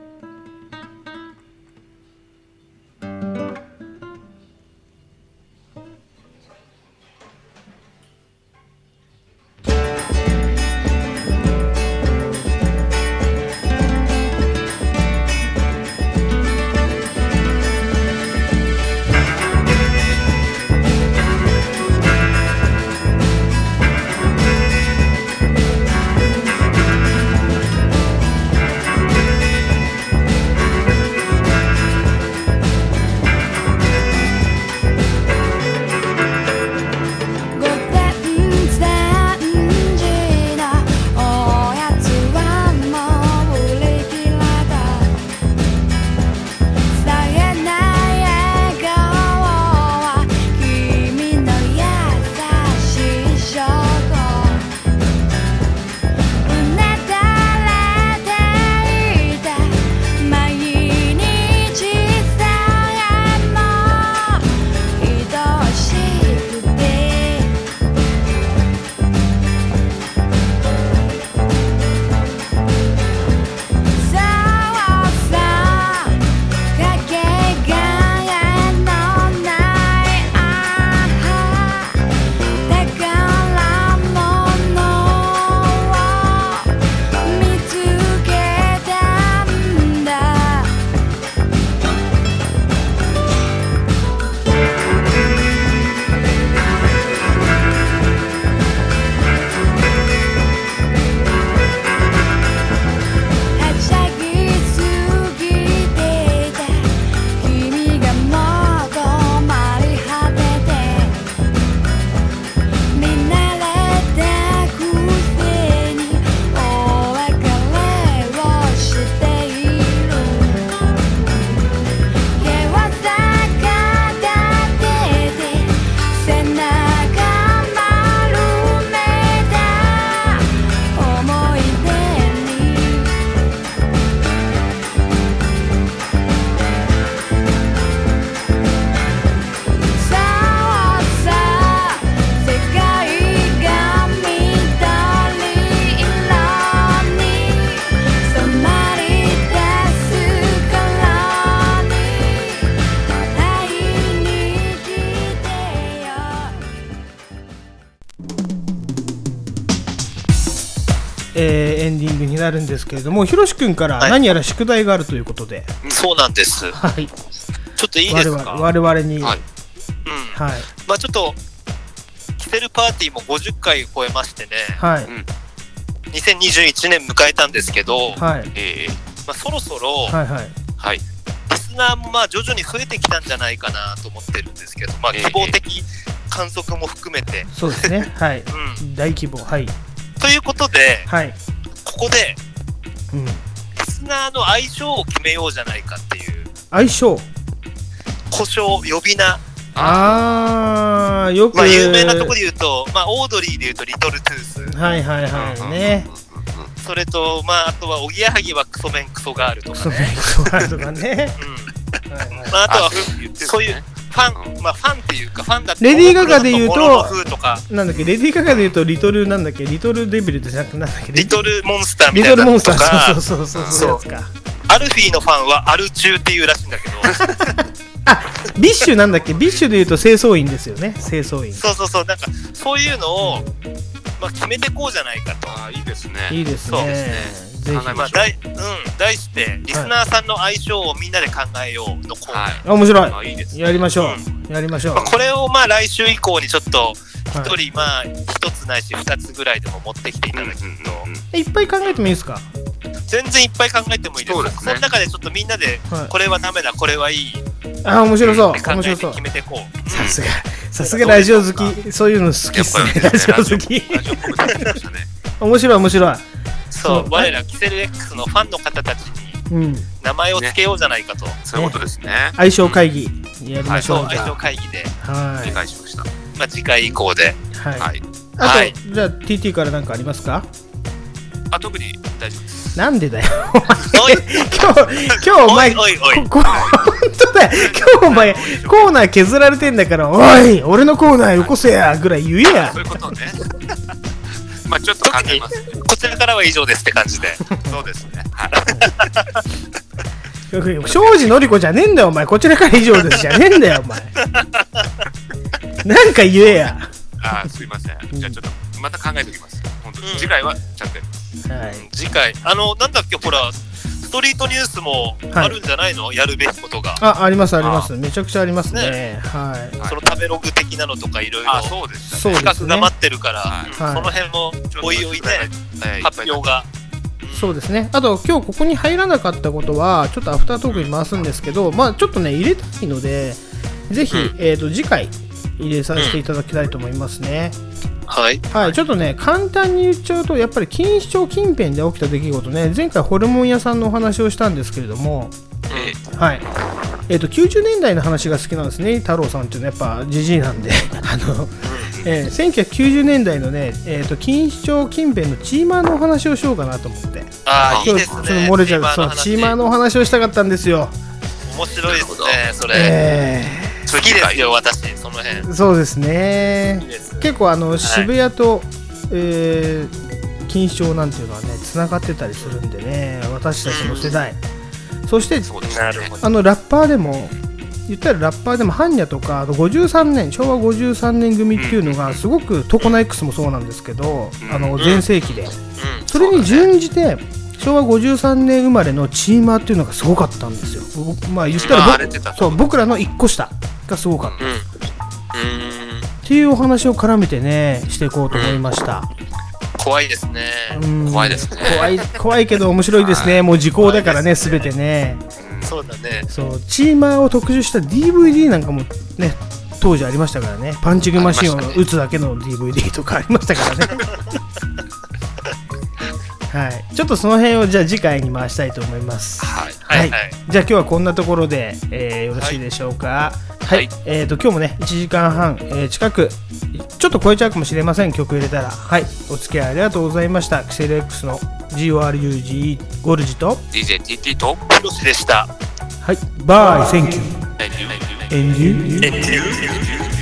エンディングになるんですけれども、ひろし君から何やら宿題があるということで、 そうなんです。 はい。 ちょっといいですか？ 我々に。はい。 はい。まあちょっとキセルパーティーも50回超えましてね。 はい。 2021年迎えたんですけど、 はい。 まあそろそろ、 はいはい。 はい。リスナーもまあ徐々に増えてきたんじゃないかなと思ってるんですけど、まあ希望的観測も含めて。 そうですね。はい。大規模。はい。 ということで、 はい、 ここで、リスナーの相性を決めようじゃないかっていう。 相性？ 呼称、呼び名。 よく。 まあ有名なところで言うと、まあオードリーで言うとリトルトゥース。 はいはいはいね。 それと、まああとはおぎやはぎはクソメンクソガールとかね。 クソメンクソガールとかね。 まああとはそういう。ファンっていうか、ファンだってレディー・ガガで言うと、なんだっけ、レディー・ガガで言うと、リトルなんだっけ、リトルデビルってなんだっけ、 リトルモンスターみたいなのとか、 そうアルフィーのファンはアル中っていうらしいんだけど、 あ、ビッシュなんだっけ、ビッシュで言うと清掃員ですよね、清掃員。 そう、なんかそういうのを、まあ、決めてこうじゃないかと。 いいですね。 いいですね。 まあ題してリスナーさんの相性をみんなで考えようのコーナー。 面白い。やりましょう。やりましょう。 まあ、これをまあ来週以降にちょっと一人まあ一つないし二つぐらいでも持ってきていただけると。 いっぱい考えてもいいですか？ 全然いっぱい考えてもいいです。その中でちょっとみんなでこれはダメだ、これはいい。 面白そう。 面白そう。決めてこう。 さすがラジオ好き、そういうの好きっすね。ラジオ好き。面白い。 そう、我らキセル X のファンの方たちに、 名前を付けようじゃないかと、 そういうことですね。 相性会議やりましょう。 相性会議で理解しました。 まあ次回以降で。 はい。あとじゃあ TT から何かありますか？ 特に大丈夫です。 なんでだよ。今日お前本当だよ。今日お前コーナー削られてんだから、おい俺のコーナーよこせやぐらい言えや。 そういうことね。まあちょっと考えます。 こちらからは以上ですって感じで。 そうですね。 庄司のり子じゃねえんだよお前。こちらから以上ですじゃねえんだよお前。なんか言えや。 すいません。じゃあちょっとまた考えておきます。本当に次回はちゃんとやります。 次回なんだっけ、ほらストリートニュースもあるんじゃないの、やるべきことが。 ありますあります。めちゃくちゃありますね。はい。 その食べログ的なのとかいろいろそうですね。 企画が待ってるから、その辺もおいおいね発表が。 そうですね。あと今日ここに入らなかったことはちょっとアフタートークに回すんですけど、まあちょっとね入れたいのでぜひ次回入れさせていただきたいと思いますね。 はい、 はい、ちょっとね簡単に言っちゃうとやっぱり錦糸町近辺で起きた出来事ね、前回ホルモン屋さんのお話をしたんですけれども、はい、90年代の話が好きなんですね、太郎さんっていうのはやっぱジジイなんで1990年代のね、錦糸町近辺のチーマーのお話をしようかなと思って、 いいですね、 その漏れちゃうチーマーのお話をしたかったんですよ。 面白いですねそれ、好きですよ私その辺。 そうですね、結構渋谷と、錦糸町なんていうのはねつながってたりするんでね、私たちの世代、そしてラッパーでも言ったらラッパーでもハンニャとか53年昭和53年組っていうのがすごくトコナ X もそうなんですけど、全盛期で、それに準じて昭和53年生まれのチーマーっていうのがすごかったんですよ。まあ言ったら僕らの1個下がすごかった、っていうお話を絡めてねしていこうと思いました。 怖いですね。 怖いですね。 怖いけど面白いですね。もう時効だからね全てね。 そうだね。 そうチーマーを特集した DVD なんかもね当時ありましたからね。パンチングマシンを打つだけの DVD とかありましたからね。はい、ちょっとその辺をじゃあ次回に回したいと思います。 はい、 じゃあ今日はこんなところで、よろしいでしょうか。はい、今日もね1時間半、近くちょっと超えちゃうかもしれません。曲入れたら。はい、お付き合いありがとうございました。キセル X の GORUGE ゴルジと DJTT とヒロシでした。 はい、バイ、センキュー。 And you